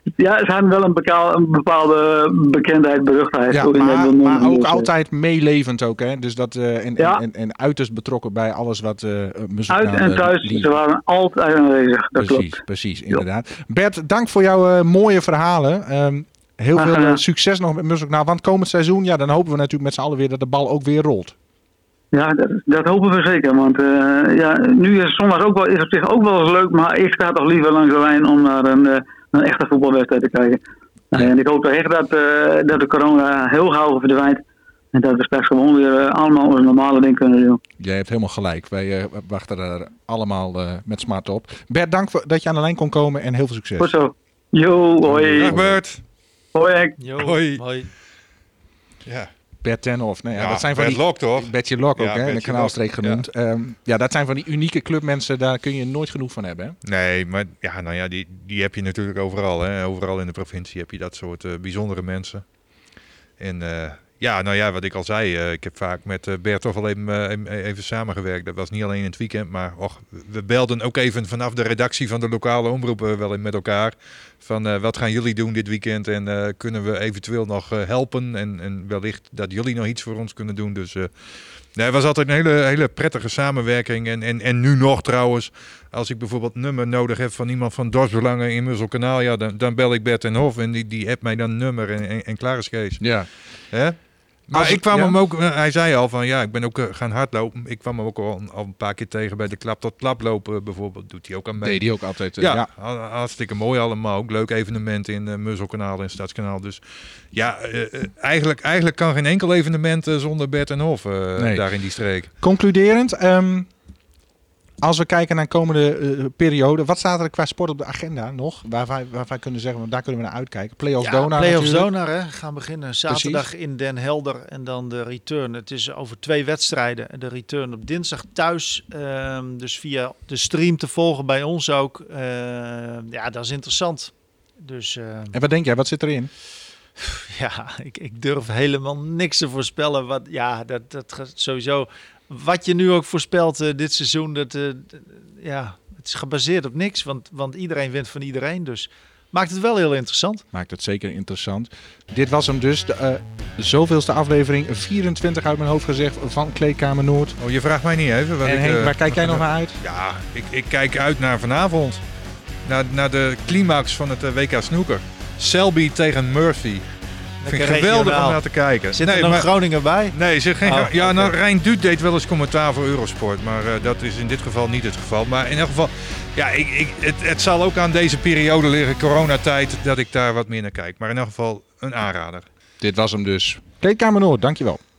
Speaker 9: Ja, ze hadden wel een bepaalde bekendheid, beruchtheid.
Speaker 2: Ja, maar ook altijd meelevend ook, hè? Dus dat, en uiterst betrokken bij alles wat muzikaal...
Speaker 9: Uit en thuis, ze waren altijd aanwezig, dat klopt.
Speaker 2: Precies, inderdaad. Bert, dank voor jouw mooie verhalen. Heel veel succes nog met Muziknaal. Want komend seizoen, dan hopen we natuurlijk met z'n allen weer dat de bal ook weer rolt.
Speaker 9: Ja, dat hopen we zeker. Want nu is zondag is op zich ook wel eens leuk. Maar ik sta toch liever langs de lijn om naar een echte voetbalwedstrijd te kijken. En ik hoop toch echt dat de corona heel gauw verdwijnt. En dat we straks gewoon weer allemaal onze normale dingen kunnen doen.
Speaker 2: Jij hebt helemaal gelijk. Wij wachten er allemaal met smart op. Bert, dank dat je aan de lijn kon komen en heel veel succes.
Speaker 9: Goed zo. Yo, hoi.
Speaker 4: Dag Bert.
Speaker 9: Hoi Henk.
Speaker 3: Hoi.
Speaker 4: Ja.
Speaker 2: Bert ten Hof. Dat zijn van
Speaker 4: Bert Lok, toch?
Speaker 2: Bertje Lok ook, hè? In de Kanaalstreek genoemd. Ja. Dat zijn van die unieke clubmensen, daar kun je nooit genoeg van hebben. Hè?
Speaker 4: Nee, maar die heb je natuurlijk overal. Hè? Overal in de provincie heb je dat soort bijzondere mensen. En wat ik al zei, ik heb vaak met Bert toch wel even samengewerkt. Dat was niet alleen in het weekend, maar we belden ook even vanaf de redactie van de lokale omroepen wel met elkaar. Van wat gaan jullie doen dit weekend en kunnen we eventueel nog helpen en wellicht dat jullie nog iets voor ons kunnen doen. Dus het was altijd een hele prettige samenwerking. En nu nog trouwens, als ik bijvoorbeeld nummer nodig heb van iemand van Dorpsbelangen in Musselkanaal, dan bel ik Bert ten Hof en die appt mij dan een nummer en klaar is Kees.
Speaker 2: Ja.
Speaker 4: Hè? Maar ik kwam hem ook, hij zei al van ik ben ook gaan hardlopen. Ik kwam hem ook al een paar keer tegen bij de klap tot klap lopen bijvoorbeeld. Doet hij ook aan mee.
Speaker 2: Deed hij ook altijd.
Speaker 4: Hartstikke mooi allemaal. Ook leuk evenement in Musselkanaal en Stadskanaal. Dus eigenlijk kan geen enkel evenement zonder Bert en Hof daar in die streek.
Speaker 2: Concluderend, als we kijken naar de komende periode, wat staat er qua sport op de agenda nog? Waar wij kunnen zeggen, want daar kunnen we naar uitkijken. Play-offs Donar.
Speaker 3: Play-offs Donar, hè. Gaan beginnen zaterdag in Den Helder en dan de return. Het is over 2 wedstrijden. De return op dinsdag thuis. Dus via de stream te volgen bij ons ook. Dat is interessant. Dus,
Speaker 2: en wat denk jij? Wat zit erin?
Speaker 3: Ja, ik durf helemaal niks te voorspellen. Dat gaat sowieso. Wat je nu ook voorspelt dit seizoen, het is gebaseerd op niks. Want iedereen wint van iedereen. Dus maakt het wel heel interessant.
Speaker 2: Maakt het zeker interessant. Dit was hem dus. De zoveelste aflevering. 24 uit mijn hoofd gezegd van Kleedkamer Noord.
Speaker 4: Oh, je vraagt mij niet even.
Speaker 2: En Henk, waar kijk jij nog naar uit?
Speaker 4: Ja, ik kijk uit naar vanavond. Naar de climax van het WK Snooker. Selby tegen Murphy. Ik vind het geweldig om naar te kijken.
Speaker 3: Zit er nog Groningen bij?
Speaker 4: Nee, zit geen Rijn Duut deed wel eens commentaar voor Eurosport. Maar dat is in dit geval niet het geval. Maar in elk geval, het zal ook aan deze periode liggen, coronatijd, dat ik daar wat meer naar kijk. Maar in elk geval een aanrader.
Speaker 2: Dit was hem dus. Kleedkamer Noord, dankjewel.